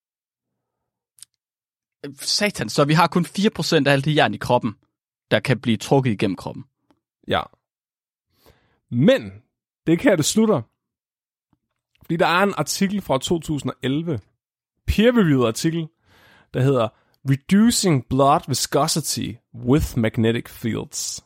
Satan, så vi har kun 4% af alt det jern i kroppen, der kan blive trukket igennem kroppen. Ja. Men det kan det slutter. Fordi der er en artikel fra 2011, peer-reviewed artikel, der hedder Reducing Blood Viscosity with Magnetic Fields.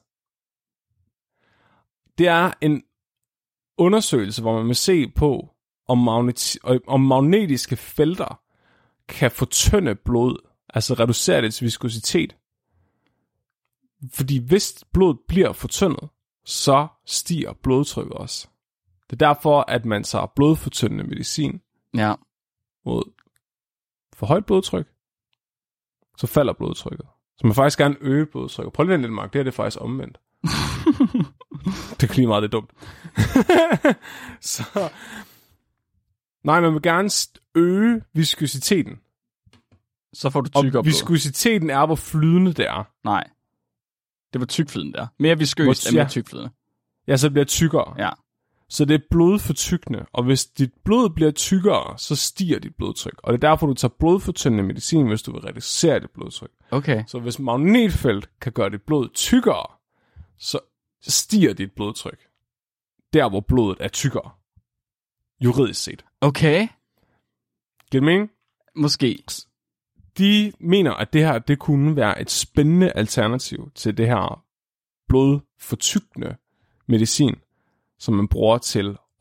Det er en undersøgelse, hvor man vil se på, om magnetiske felter kan fortynde blod, altså reducere dets viskositet. Fordi hvis blodet bliver fortyndet, så stiger blodtrykket også. Det er derfor, at man tager blodfortyndende medicin mod for højt blodtryk, så falder blodtrykket. Så man faktisk gerne øge blodtrykket. Prøv lige lidt, Mark. Det er det faktisk omvendt. Det er lige meget, det er dumt. Så... Nej, man vil gerne øge viskositeten. Så får du tykkere blod. Og viskositeten er, hvor flydende det er. Nej. Det var tykflydende der. Mere viskøst end mere tykflydende. Ja, så det bliver tykkere. Ja. Så det er blodfortykkende, og hvis dit blod bliver tykkere, så stiger dit blodtryk. Og det er derfor, du tager blodfortyndende medicin, hvis du vil reducere dit blodtryk. Okay. Så hvis magnetfelt kan gøre dit blod tykkere, så stiger dit blodtryk. Der, hvor blodet er tykkere. Juridisk set. Okay. Giver det mening? Måske. De mener, at det her, det kunne være et spændende alternativ til det her blodfortykkende medicin, som man bruger til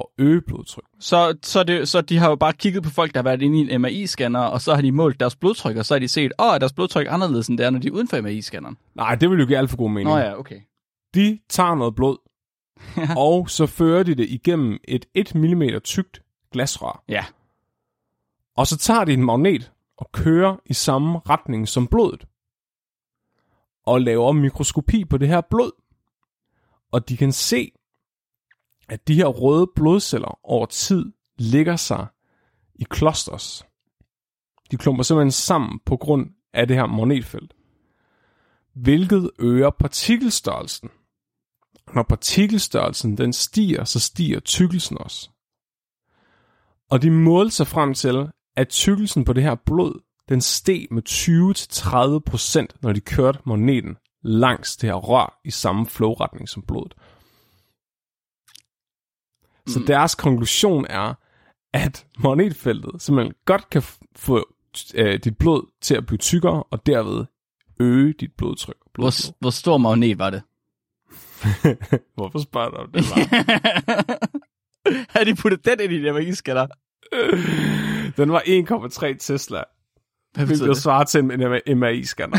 og øge blodtryk. Så de har jo bare kigget på folk, der har været inde i en MRI-scanner, og så har de målt deres blodtryk, og så har de set, er deres blodtryk anderledes, end det er, når de er uden for MRI-scanneren. Nej, det vil jo give alt for god mening. Nå ja, okay. De tager noget blod, og så fører de det igennem et 1 mm tykt glasrør. Ja. Og så tager de en magnet og kører i samme retning som blodet. Og laver mikroskopi på det her blod. Og de kan se, at de her røde blodceller over tid ligger sig i clusters. De klumper simpelthen sammen på grund af det her magnetfelt. Hvilket øger partikelstørrelsen. Når partikelstørrelsen den stiger, så stiger tykkelsen også. Og de målte sig frem til, at tykkelsen på det her blod, den steg med 20-30%, når de kørte magneten langs det her rør i samme flowretning som blodet. Så deres konklusion er, at magnetfeltet simpelthen godt kan få dit blod til at blive tykkere, og derved øge dit blodtryk. Hvor stor magnet var det? Hvorfor spørger du om det var? Har de puttet den ind i det, MRI-scanner? Den var 1,3 Tesla. Hvad betyder det? Svarer til en MRI-scanner.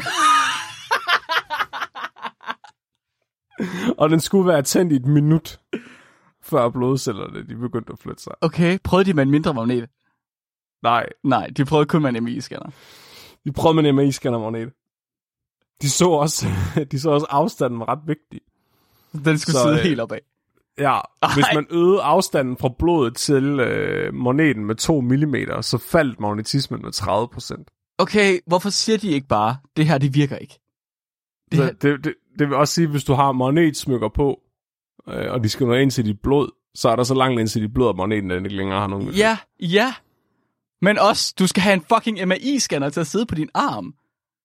Og den skulle være tændt i et minut, før blodcellerne de begyndte at flytte sig. Okay, prøvede de med en mindre magnet? Nej, de prøvede kun med en MRI-scanner. De prøvede med en MRI-scanner-magnet. De så også afstanden var ret vigtig. Den skulle sidde helt opad. Ja, hvis man øgede afstanden fra blodet til magneten med 2 mm, så faldt magnetismen med 30%. Okay, hvorfor siger de ikke bare, det her, det virker ikke? Det vil også sige, hvis du har magnetsmykker på, og de skal nå ind til dit blod, så er der så langt ind til dit blod, at magneten ikke længere har nogen. Ja. Men også, du skal have en fucking MRI-scanner til at sidde på din arm.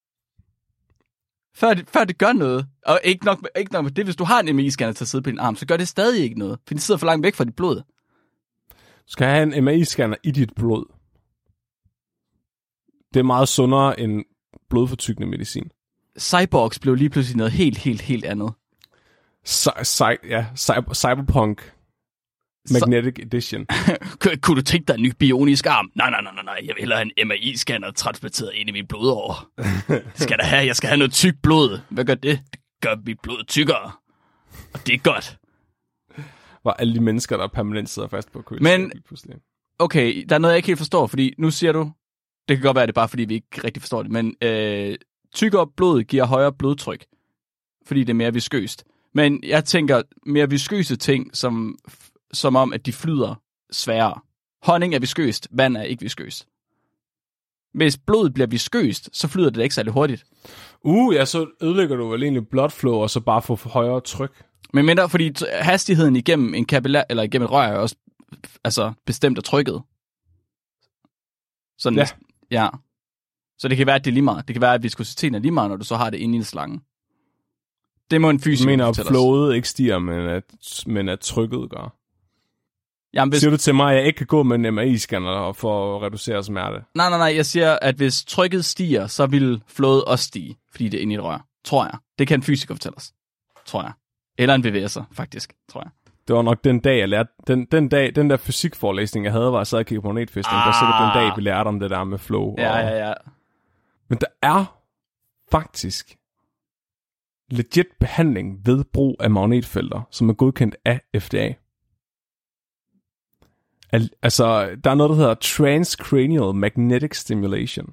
Før det gør noget. Og ikke nok med det, hvis du har en MRI-scanner til at sidde på din arm, så gør det stadig ikke noget, for de sidder for langt væk fra dit blod. Du skal have en MRI-scanner i dit blod. Det er meget sundere end blodfortykkende medicin. Cyborgs blev lige pludselig noget helt andet. Cyberpunk Magnetic Edition. Kunne du tænke dig en ny bionisk arm? Nej. Jeg vil hellere have en MRI-scanner transplanteret ind i mit blodår. Jeg skal have noget tyk blod. Hvad gør det? Det gør mit blod tykkere. Og det er godt. Hvor alle de mennesker, der permanent sidder fast på køl. Men, okay, der er noget, jeg ikke helt forstår, fordi nu siger du, det kan godt være, det er bare, fordi vi ikke rigtig forstår det, men tykkere blod giver højere blodtryk, fordi det er mere viskøst. Men jeg tænker mere viskøse ting, som om, at de flyder sværere. Honning er viskøst, vand er ikke viskøst. Hvis blodet bliver viskøst, så flyder det ikke særlig hurtigt. Så ødelægger du vel egentlig blood flow, og så bare får højere tryk. Men mindre, fordi hastigheden igennem en kapillær, eller igennem et rør, er også bestemt af trykket. Sådan, ja. Så det kan være, at det er lige meget. Det kan være, at viskositeten er lige meget, når du så har det inde i en slange. Det må en fysiker fortælle os. Du mener, at flowet ikke stiger, men at trykket gør. Jamen, Siger du til mig, at jeg ikke kan gå med en MRI-scanner for at reducere smerte? Nej. Jeg siger, at hvis trykket stiger, så vil flowet også stige, fordi det er inde i et rør. Tror jeg. Det kan en fysiker fortælle os. Tror jeg. Eller en VVS'er, faktisk. Tror jeg. Det var nok den dag, jeg lærte... Den der fysikforelæsning, jeg havde, var jeg sad og kiggede på magnetfæstning. Det var sikkert den dag, vi lærte om det der med flow. Ja. Men der er faktisk legit behandling ved brug af magnetfelter, som er godkendt af FDA. Altså, der er noget, der hedder transcranial magnetic stimulation,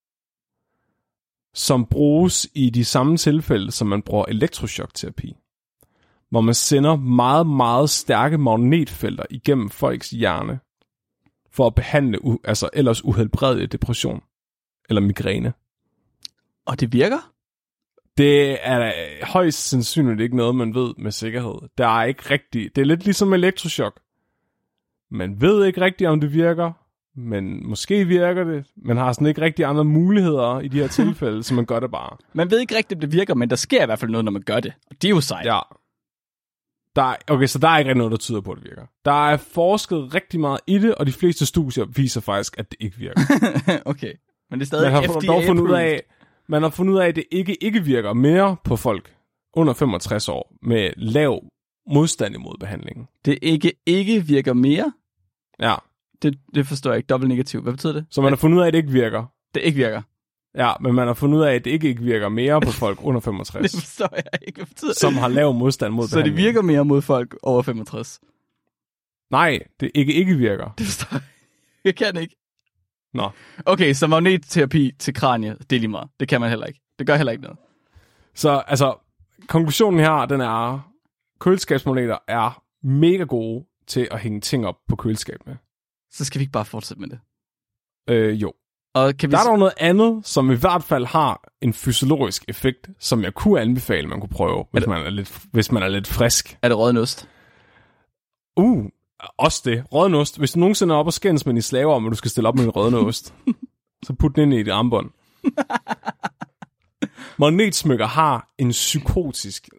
som bruges i de samme tilfælde, som man bruger elektrochokterapi, hvor man sender meget, meget stærke magnetfelter igennem folks hjerne, for at behandle ellers uhelbredelig depression eller migræne. Og det virker? Det er højst sandsynligt ikke noget, man ved med sikkerhed. Der er ikke rigtigt. Det er lidt ligesom elektrochok. Man ved ikke rigtigt, om det virker, men måske virker det. Man har sådan ikke rigtig andre muligheder i de her tilfælde, så man gør det bare. Man ved ikke rigtigt, om det virker, men der sker i hvert fald noget, når man gør det. Og det er jo sejt. Ja. Så der er ikke rigtig noget, der tyder på, at det virker. Der er forsket rigtig meget i det, og de fleste studier viser faktisk, at det ikke virker. Okay. Men det er stadig Man har fundet ud af, at det ikke virker mere på folk under 65 år med lav modstand imod behandlingen. Det ikke virker mere? Ja. Det forstår jeg ikke. Dobbelt negativ. Hvad betyder det? Så man har fundet ud af, at det ikke virker. Det ikke virker. Ja, men man har fundet ud af, at det ikke virker mere på folk under 65. Det forstår jeg ikke. Hvad betyder det? Som har lav modstand mod behandling. Så det virker mere mod folk over 65? Nej, det ikke virker. Det forstår jeg. Jeg kan ikke. Nå. Okay, så magnetterapi til kranie, det er lige meget. Det kan man heller ikke. Det gør heller ikke noget. Så altså, konklusionen her, den er, køleskabsmagneter er mega gode til at hænge ting op på køleskab med. Så skal vi ikke bare fortsætte med det? Jo. Og kan vi der er dog noget andet, som i hvert fald har en fysiologisk effekt, som jeg kunne anbefale, man kunne prøve, hvis man er lidt frisk. Er det rødden ost? Også det. Rødden ost. Hvis du nogensinde er oppe og skændes med din slaver om, at du skal stille op med en rødden ost, så put den ind i dit armbånd. Magnetsmykker har en psykotisk...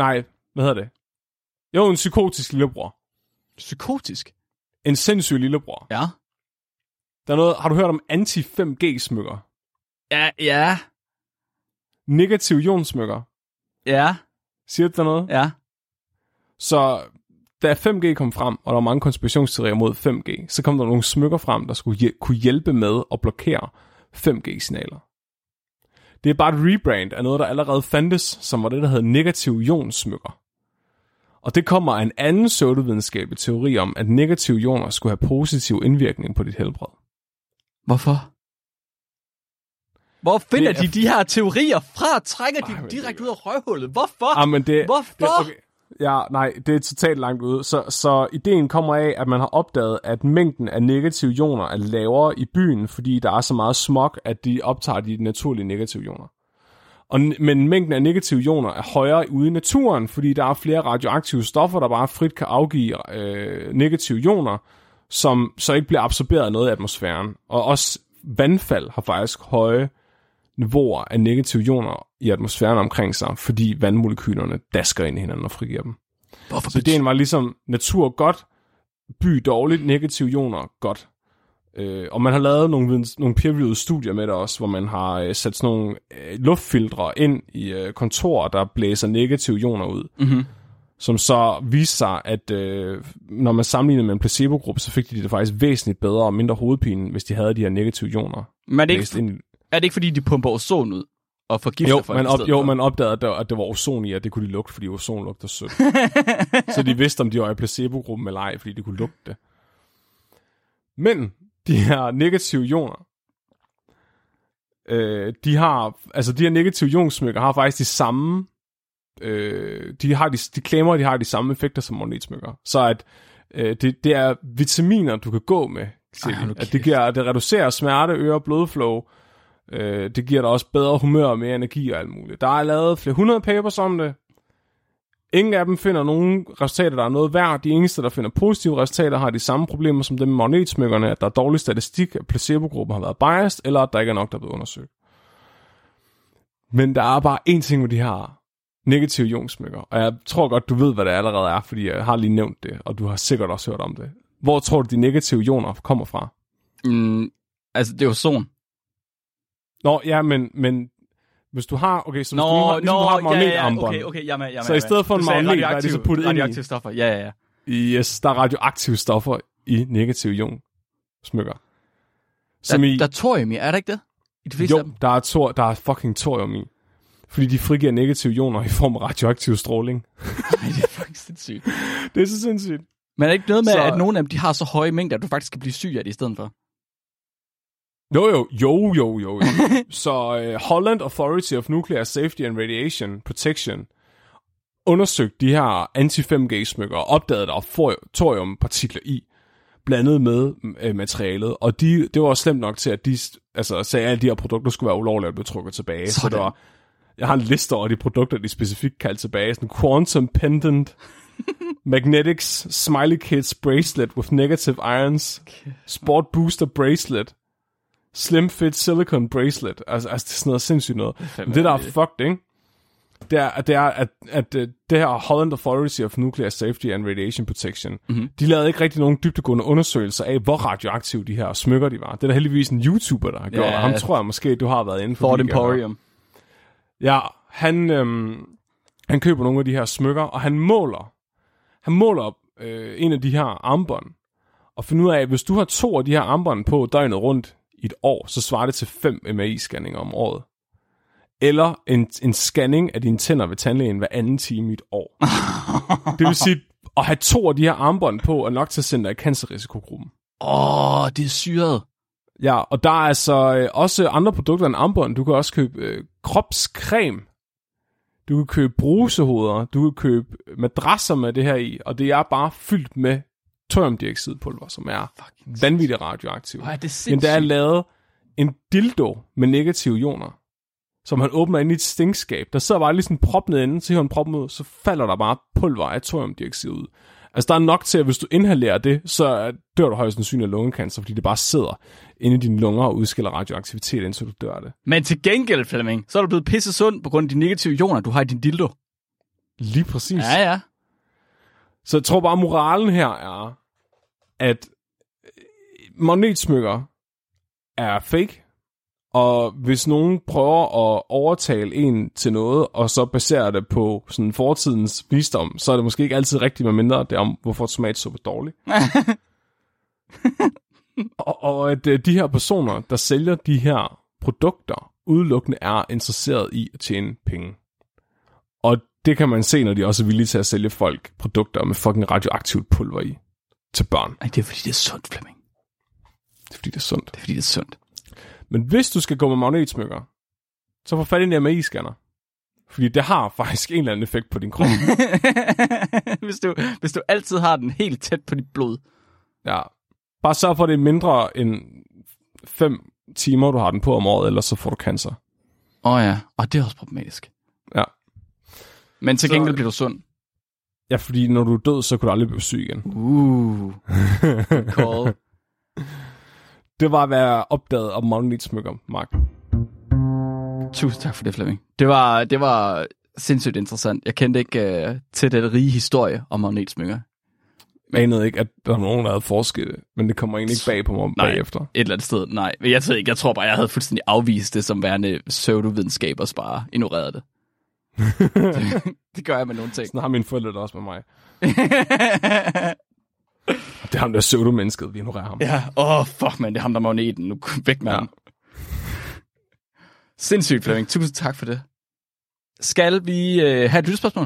en psykotisk lillebror. Psykotisk? En sindssyg lillebror. Ja. Der er noget... Har du hørt om anti-5G-smykker? Ja. Negativ-ion-smykker? Ja. Siger det der noget? Ja. Så da 5G kom frem, og der var mange konspirationsteorier mod 5G, så kom der nogle smykker frem, der skulle kunne hjælpe med at blokere 5G-signaler. Det er bare et rebrand af noget, der allerede fandtes, som var det, der hed negativ-ion-smykker. Og det kommer af en anden pseudovidenskabelig teori om, at negative ioner skulle have positiv indvirkning på dit helbred. Hvorfor? Hvor finder de her teorier fra? Trækker de direkte ud af røvhullet? Hvorfor? Hvorfor? Okay. Ja, nej, det er totalt langt ude. Så ideen kommer af, at man har opdaget, at mængden af negative ioner er lavere i byen, fordi der er så meget smog, at de optager de naturlige negative ioner. Men mængden af negative ioner er højere ude i naturen, fordi der er flere radioaktive stoffer, der bare frit kan afgive negative ioner, som så ikke bliver absorberet af noget i atmosfæren. Og også vandfald har faktisk høje niveauer af negative ioner i atmosfæren omkring sig, fordi vandmolekylerne dasker ind i hinanden og frigiver dem. Hvorfor? Så ideen var ligesom natur godt, by dårligt, negative ioner godt. Og man har lavet nogle peer-reviewede studier med det også, hvor man har sat sådan nogle luftfiltre ind i kontorer, der blæser negative ioner ud. Mm-hmm. Som så viste sig, at når man sammenlignede med en placebo-gruppe, så fik de det faktisk væsentligt bedre og mindre hovedpine, hvis de havde de her negative ioner. Men er det ikke fordi, de pumper ozon ud og forgifter folk? Man opdagede, at det var ozon i, at det kunne de lugte, fordi ozon lugter sødt. Så de vidste, om de var i placebo-gruppen eller ej, fordi de kunne lugte det. Men de her negative ioner, de her negative ionsmykker har faktisk de samme, de claimer, at de har de samme effekter som magnetsmykker. Så at det er vitaminer, du kan gå med. At det reducerer smerte, øger blodflow. Det giver dig også bedre humør og mere energi og alt muligt. Der er lavet flere 100 papers om det. Ingen af dem finder nogen resultater, der er noget værd. De eneste, der finder positive resultater, har de samme problemer som dem med magnetsmykkerne, at der er dårlig statistik, at placebo-gruppen har været biased, eller at der ikke er nok, der er blevet undersøgt. Men der er bare én ting med de her negative ionsmykker, og jeg tror godt, du ved, hvad det allerede er, fordi jeg har lige nævnt det, og du har sikkert også hørt om det. Hvor tror du, de negative ioner kommer fra? Det er ozon. Nå, ja, men hvis du har, okay, så hvis du har et magnetarmbånd, okay, jeg med. Så i stedet for en magnet, der er det så puttet ind i radioaktive stoffer, ja. Yes, der er radioaktive stoffer i negative ion-smykker. Der er thorium i, er der ikke det? I de fleste af dem? Der er fucking thorium i. Fordi de frigiver negative ioner i form af radioaktiv stråling. Nej, det er fucking sindssygt. Det er så sindssygt. Men er det ikke noget med, at nogle af dem, de har så høje mængder, at du faktisk kan blive syg af det i stedet for? Jo. Så Holland Authority of Nuclear Safety and Radiation Protection undersøgte de her anti-5G-smykker og opdagede, at der var thoriumpartikler i, blandet med materialet. Og det var slemt nok til, at de sagde, at alle de her produkter skulle være ulovlige og blive trukket tilbage. Så der var, jeg har en liste over de produkter, de specifikt kaldte tilbage. Sådan Quantum Pendant, Magnetics, Smiley Kids Bracelet with Negative Ions, Sport Booster Bracelet, Slim Fit Silicone Bracelet. Altså det er sådan noget sindssygt noget. Men det der er fucked, ikke? Det er, at det her Holland Authority of Nuclear Safety and Radiation Protection, de lavede ikke rigtig nogen dybdegående undersøgelser af, hvor radioaktive de her smykker de var. Det er der heldigvis en YouTuber, der har gjort, og ham tror jeg måske, du har været inde for. Ford Emporium. Ja, han køber nogle af de her smykker, og han måler han måler en af de her armbånd, og finder ud af, at hvis du har 2 af de her armbånd på døgnet rundt i et år, så svarer det til 5 MRI-scanninger om året. Eller en scanning af dine tænder ved tandlægen hver anden time i et år. Det vil sige, at have 2 af de her armbånd på, er nok til at sende dig i cancerrisikogruppen. Det er syret. Ja, og der er altså også andre produkter end armbånd. Du kan også købe kropscreme. Du kan købe brusehoveder. Du kan købe madrasser med det her i. Og det er bare fyldt med thoriumdioxidpulver, som er vanvittigt radioaktivt. Det er sindssygt. Men der er lavet en dildo med negative ioner, som han åbner ind i et stinkskab. Der sidder bare lige sådan en prop nede inde, så hiver han proppen ud, så falder der bare pulver af thoriumdioxid ud. Altså, der er nok til, at hvis du inhalerer det, så dør du højst sandsynligt af lungekancer, fordi det bare sidder inde i dine lunger og udskiller radioaktivitet, indtil du dør af det. Men til gengæld, Flemming, så er du blevet pisse sund på grund af de negative ioner, du har i din dildo. Lige præcis. Ja. Så jeg tror bare, moralen her er, at magnetsmykker er fake, og hvis nogen prøver at overtale en til noget, og så baserer det på sådan fortidens visdom, så er det måske ikke altid rigtigt, med mindre det er om, hvorfor tomatsuppe er dårlig. og at de her personer, der sælger de her produkter, udelukkende er interesseret i at tjene penge. Og det kan man se, når de også er villige til at sælge folk produkter med fucking radioaktivt pulver i til børn. Nej, det er fordi, det er sundt, Flemming. Det er fordi, det er sundt. Det er fordi, det er sundt. Men hvis du skal gå med magnetsmykker, så få fat i en MRI-scanner. Fordi det har faktisk en eller anden effekt på din krop. hvis du altid har den helt tæt på dit blod. Ja. Bare sørg for, at det er mindre end 5 timer, du har den på om året, ellers så får du cancer. Ja, og det er også problematisk. Ja. Men til gengæld bliver du sund. Ja, fordi når du er død, så kan du aldrig blive syg igen. Call. Det var at være opdaget om magnetsmykker, Mark. Tusind tak for det, Flemming. Det var sindssygt interessant. Jeg kendte ikke til den rige historie om magnetsmykker. Jeg anede ikke, at der var nogen, der havde forsket det, men det kommer egentlig ikke bag på mig bagefter. Et eller andet sted, nej. Jeg tror bare, jeg havde fuldstændig afvist det som værende pseudovidenskab og bare ignoreret det. Det gør jeg med nogle ting. Sådan har mine forældre det også med mig. Det er ham, der er pseudo-mennesket. Vi ignorerer ham. Ja, fuck, man. Det er ham, der er magneten. Nu væk med ham. Sindssygt, Flemming. Tusind tak for det. Skal vi have et lyttespørgsmål?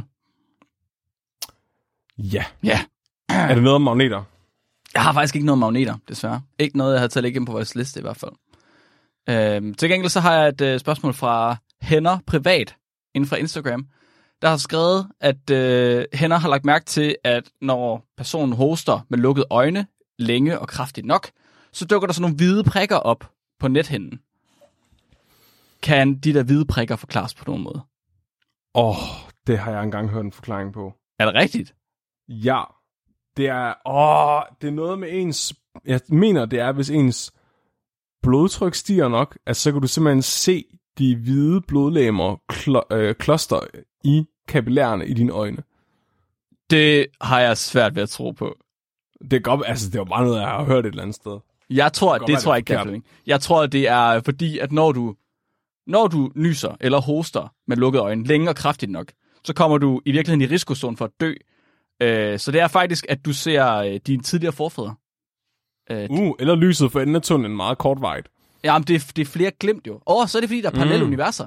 Ja. Ja. Er det noget om magneter? Jeg har faktisk ikke noget om magneter, desværre. Ikke noget, jeg har taget ind på vores liste i hvert fald. Til gengæld så har jeg et spørgsmål fra Henner Privat inden fra Instagram, der har skrevet, at Henner har lagt mærke til, at når personen hoster med lukkede øjne længe og kraftigt nok, så dukker der sådan nogle hvide prikker op på nethinden. Kan de der hvide prikker forklares på nogen måde? Det har jeg engang hørt en forklaring på. Er det rigtigt? Ja. Det er, det er noget med ens... Jeg mener, det er, hvis ens blodtryk stiger nok, at så kan du simpelthen se de hvide blodlegemer kloster i kapillærerne i dine øjne. Det har jeg svært ved at tro på. Det er godt, altså det er jo bare noget, jeg har hørt et eller andet sted. Jeg tror, det tror jeg ikke, Flemming. Jeg tror, det er fordi, at når du nyser eller hoster med lukkede øjne længe og kraftigt nok, så kommer du i virkeligheden i risikozonen for at dø. Så det er faktisk, at du ser dine tidligere forfædre. Eller lyset for enden af tunnelen meget kortvarigt. Jamen, det er flere glemt jo. Så er det fordi, der er parallelle universer.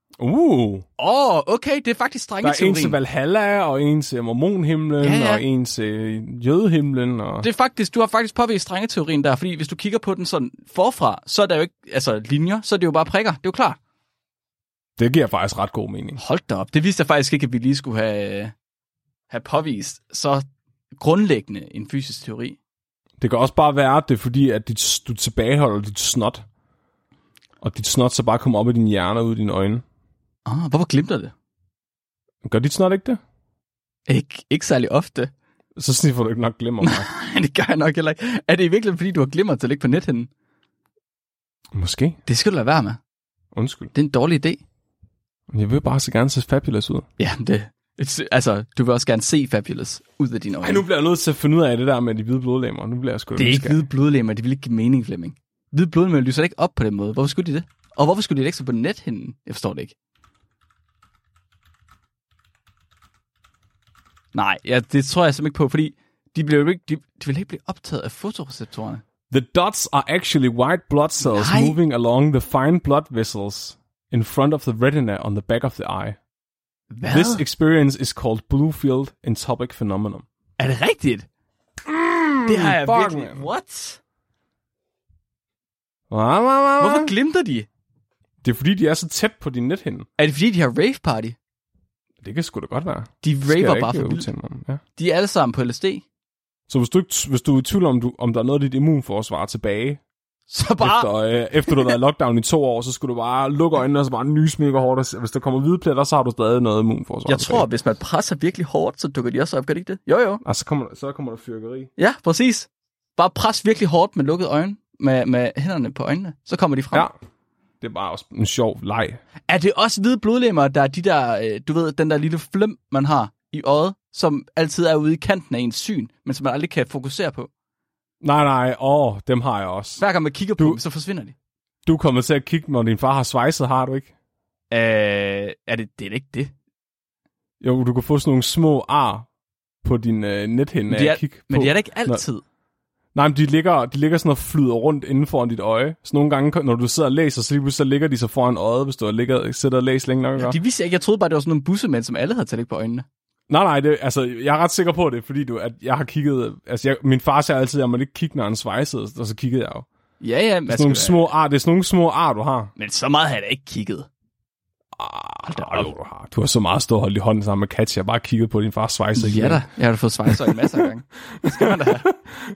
Okay, det er faktisk strenge teorien. Der er en til Valhalla, og en til Mormonhimlen, og en til Jødehimlen. Og... Du har faktisk påvist strenge teorien der, fordi hvis du kigger på den sådan forfra, så er der jo ikke linjer, så er det jo bare prikker. Det er jo klart. Det giver faktisk ret god mening. Hold da op. Det vidste jeg faktisk ikke, at vi lige skulle have påvist så grundlæggende en fysisk teori. Det kan også bare være, at det er fordi, at du tilbageholder dit snot. Og dit snot så bare kommer op i din hjerne og ud i dine øjne. Hvorfor glimter det? Gør dit snot ikke det? Ikke særlig ofte. Så sniffer du ikke nok glimmer. Nej, det gør jeg nok heller ikke. Er det i virkeligheden, fordi du har glimmer til at ligge på nethinden? Måske. Det skal du lade være med. Undskyld. Det er en dårlig idé. Jeg vil bare så gerne se fabulous ud. Ja, du vil også gerne se fabulous ud af dine øjne. Ej, nu bliver jeg nødt til at finde ud af det der med de hvide blodlegemer. Nu bliver jeg sgu det er ikke hvide blodlegemer, det vil ikke give mening, Flemming. Hvide blodlegemer lyser ikke op på den måde. Hvorfor skulle de det? Og hvorfor skulle de ikke så på nethinden? Jeg forstår det ikke. Nej, det tror jeg simpelthen ikke på, fordi de vil ikke blive optaget af fotoreceptorerne. The dots are actually white blood cells moving along the fine blood vessels in front of the retina on the back of the eye. Hvad? This experience is called blue field atopic phenomenon. Er det rigtigt? Det har jeg virkelig... Man. What? Hvorfor glimter de? Det er fordi, de er så tæt på din nethinde. Er det fordi, de har rave party? Det kan sgu da godt være. De raver bare for vildt. Ja. De er alle sammen på LSD. Så hvis du er i tvivl om der er noget af dit immunforsvar tilbage, så bare... efter du har været i lockdown i 2 år, så skulle du bare lukke øjnene og så bare nyse mega hårdt. Hvis der kommer hvide pletter, så har du stadig noget immunforsvar. Jeg tror, hvis man presser virkelig hårdt, så dukker de også op. Gør det ikke det? Jo. Og så kommer der fyrkeri. Ja, præcis. Bare pres virkelig hårdt med lukkede øjne, med hænderne på øjnene. Så kommer de frem. Ja. Det er bare også en sjov leg. Er det også hvide blodlemmer, der er de der, du ved, den der lille flem, man har i øjet, som altid er ude i kanten af ens syn, men som man aldrig kan fokusere på? Nej, dem har jeg også. Hver gang man kigger på dem, så forsvinder de. Du kommer til at kigge, når din far har svejset, har du ikke? Det er ikke det. Jo, du kan få sådan nogle små ar på din nethinde af at kigge på. Men det er da ikke altid. Nej, men de ligger sådan og flyder rundt inden foran dit øje. Så nogle gange, når du sidder og læser, så ligger de så foran øjet, hvis du sidder og læser længe nok. Ja, de viser ikke. Jeg troede bare, det var sådan nogle bussemænd, som alle havde taget på øjnene. Nej, jeg er ret sikker på det, fordi at jeg har kigget... min far sagde altid, at jeg måtte ikke kigge, når han svejsede, og så kiggede jeg jo. Ja. Det er sådan nogle små ar, du har. Men så meget har jeg da ikke kigget. Du har så meget stået holdt i hånden sammen med Katja. Jeg har bare kigget på din fars svejser. Ja da, jeg har da fået svejser i masser af gange. Det skal man da have.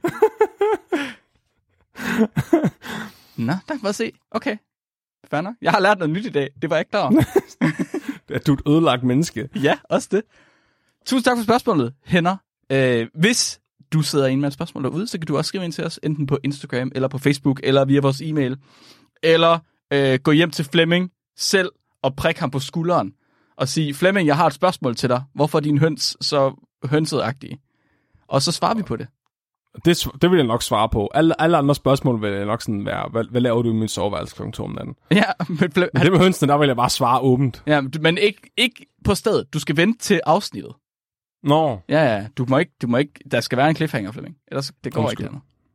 Nå, der kan man se. Okay, fair nok. Jeg har lært noget nyt i dag. Det var jeg ikke klar over. At du er et ødelagt menneske. Ja, også det. Tusind tak for spørgsmålet, Henner. Hvis du sidder inde med et spørgsmål derude, så kan du også skrive ind til os, enten på Instagram, eller på Facebook, eller via vores e-mail. Eller gå hjem til Flemming selv og prik ham på skulderen og sige, Flemming, jeg har et spørgsmål til dig. Hvorfor er din høns så hønset-agtige? Og så svarer vi på det. Det vil jeg nok svare på. Alle andre spørgsmål vil jeg nok sådan være, hvad laver du i min soveværelse kl. 2 om natten? Ja, men det med hønsene, der vil jeg bare svare åbent. Ja, men ikke på stedet. Du skal vente til afsnittet. Nå. Ja, du må ikke, der skal være en cliffhanger, Flemming. Ellers det går ikke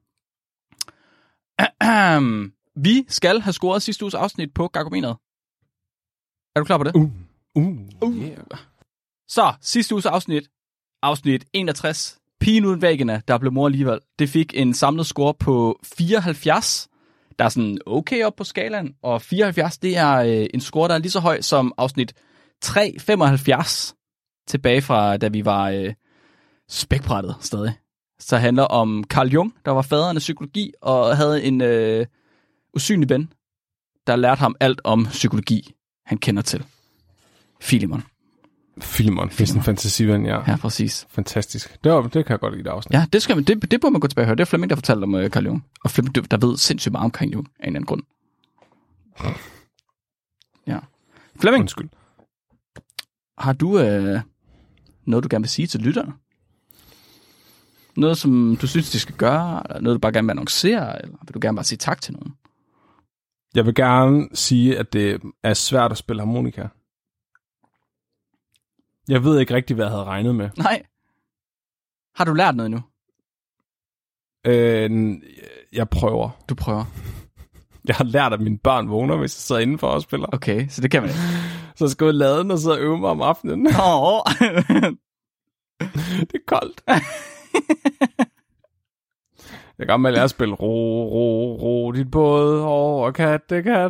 andet. Vi skal have scoret sidste uges afsnit på Gargomenet. Er du klar på det? Yeah. Så, sidste uges afsnit 61, Pigen uden væggene, der blev mor alligevel. Det fik en samlet score på 74. Der er sådan okay op på skalaen, og 74, det er en score, der er lige så høj som afsnit 375, tilbage fra, da vi var spækbrættet stadig. Så det handler om Carl Jung, der var faderen af psykologi, og havde en usynlig ven, der lærte ham alt om psykologi, han kender til. Filemon, det er sådan en fantasiven, ja. Ja, præcis. Fantastisk. Det kan jeg godt lide, det afsnit. Ja, det bør man gå tilbage og høre. Det er Flemming, der fortalte om Carl Jung. Og Flemming, der ved sindssygt meget omkring Jung, af en eller anden grund. Ja. Flemming, undskyld. Har du noget, du gerne vil sige til lytterne? Noget, som du synes, de skal gøre? Eller noget, du bare gerne vil annoncere? Eller vil du gerne bare sige tak til nogen? Jeg vil gerne sige, at det er svært at spille harmonika. Jeg ved ikke rigtig, hvad jeg havde regnet med. Nej. Har du lært noget nu? Jeg prøver. Du prøver? Jeg har lært, at mine børn vågner, hvis jeg sidder indenfor og spiller. Okay, så det kan man ikke. Så skal jeg lade den og så øve mig om aftenen. Det er koldt. Jeg kan godt lære at spille ro, dit båd over kat.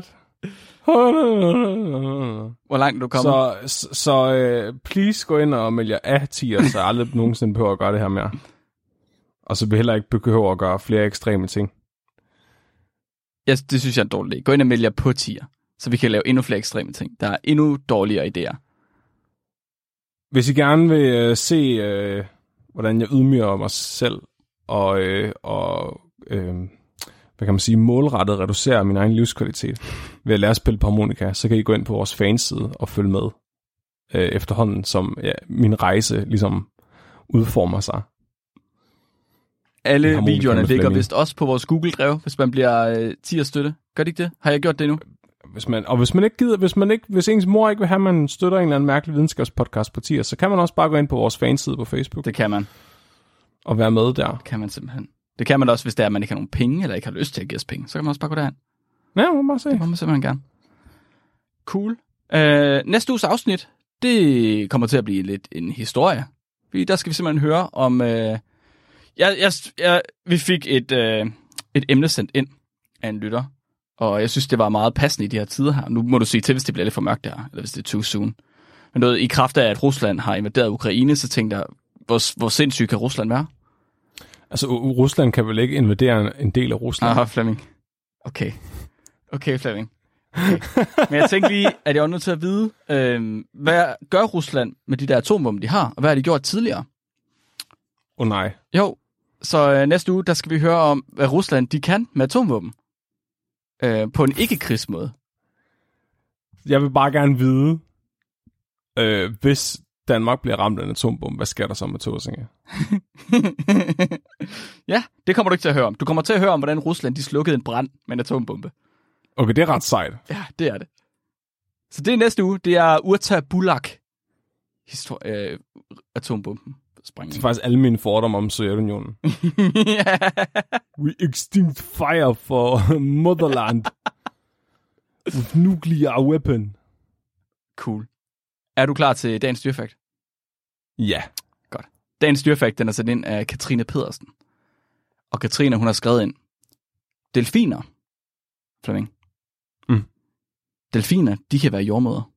Hvor langt er du kommet? Så please gå ind og meld jer af 10'er, så jeg aldrig nogensinde behøver at gøre det her mere. Og så vil heller ikke behøver at gøre flere ekstreme ting. Ja, det synes jeg er en dårlig idé. Gå ind og meld jer på 10'er, så vi kan lave endnu flere ekstreme ting. Der er endnu dårligere idéer. Hvis I gerne vil se, hvordan jeg ydmyger mig selv, og hvad kan man sige, målrettet reducerer min egen livskvalitet ved at lære at spille på harmonika, så kan I gå ind på vores fanside og følge med efterhånden, som min rejse ligesom udformer sig. Alle videoerne ligger vist også på vores Google-drev, hvis man bliver 10'er støtte. Gør de ikke det? Har jeg gjort det nu? Hvis ens mor ikke vil have, at man støtter en eller anden mærkelig videnskabspodcast på tier, så kan man også bare gå ind på vores fanside på Facebook. Det kan man. Og være med der. Det kan man simpelthen. Det kan man også, hvis det er, at man ikke har nogen penge, eller ikke har lyst til at give os penge. Så kan man også bare gå derhen. Ja, må man se. Det må man simpelthen gerne. Cool. Næste uges afsnit, det kommer til at blive lidt en historie. Der skal vi simpelthen høre om... vi fik et emne sendt ind af en lytter, og jeg synes, det var meget passende i de her tider her. Nu må du sige til, hvis det bliver lidt for mørkt der, eller hvis det er too soon. Men noget, i kraft af, at Rusland har invaderet Ukraine, så tænkte jeg, hvor sindssygt kan Rusland være? Altså, Rusland kan vel ikke invadere en del af Rusland? Flemming. Okay, Flemming. Okay. Men jeg tænkte lige, at jeg var nødt til at vide, hvad gør Rusland med de der atombomber, de har, og hvad har de gjort tidligere? Nej. Jo, så næste uge, der skal vi høre om, hvad Rusland de kan med atomvåben. På en ikke-krigsmåde. Jeg vil bare gerne vide, hvis Danmark bliver ramt af en atombombe, hvad sker der så med Tåsinge? Ja, det kommer du ikke til at høre om. Du kommer til at høre om, hvordan Rusland de slukkede en brand med en atombombe. Okay, det er ret sejt. Ja, det er det. Så det er næste uge. Det er Urta Bulak. Atombomben. Det er faktisk alle mine fordomme om Sovjetunionen. Yeah. We extinct fire for motherland. With nuclear weapon. Cool. Er du klar til dagens dyrefakt? Ja. Godt. Dagens dyrefakt, den er sendt ind af Katrine Pedersen. Og Katrine, hun har skrevet ind. Delfiner. Flemming. Delfiner, de kan være jordmødre.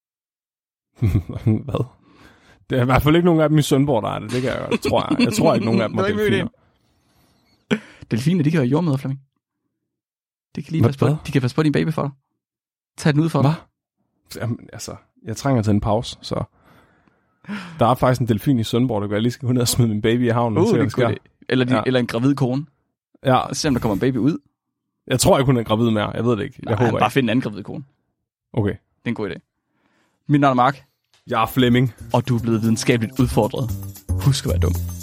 Hvad? Det er i hvert fald ikke nogen af dem i Sønderborg, der er det. Det kan jeg godt, tror jeg. Jeg tror ikke, nogen af dem er delfiner. Delfiner, de kan være jordmødre, Flemming. Det kan lige passe på. De kan passe på din baby for dig. Tag den ud for dig. Jamen, altså, jeg trænger til en pause, så... Der er faktisk en delfin i Sønderborg, der gør, jeg lige skal gå ned og smide min baby i havnen. Eller en gravid kone. Ja. Og se, om der kommer en baby ud. Jeg tror ikke, hun er gravid mere. Jeg ved det ikke. Jeg håber bare finde en anden gravid kone. Okay. Det er en god idé. Mit navn er Mark. Jeg er Flemming. Og du er blevet videnskabeligt udfordret. Husk at være dum.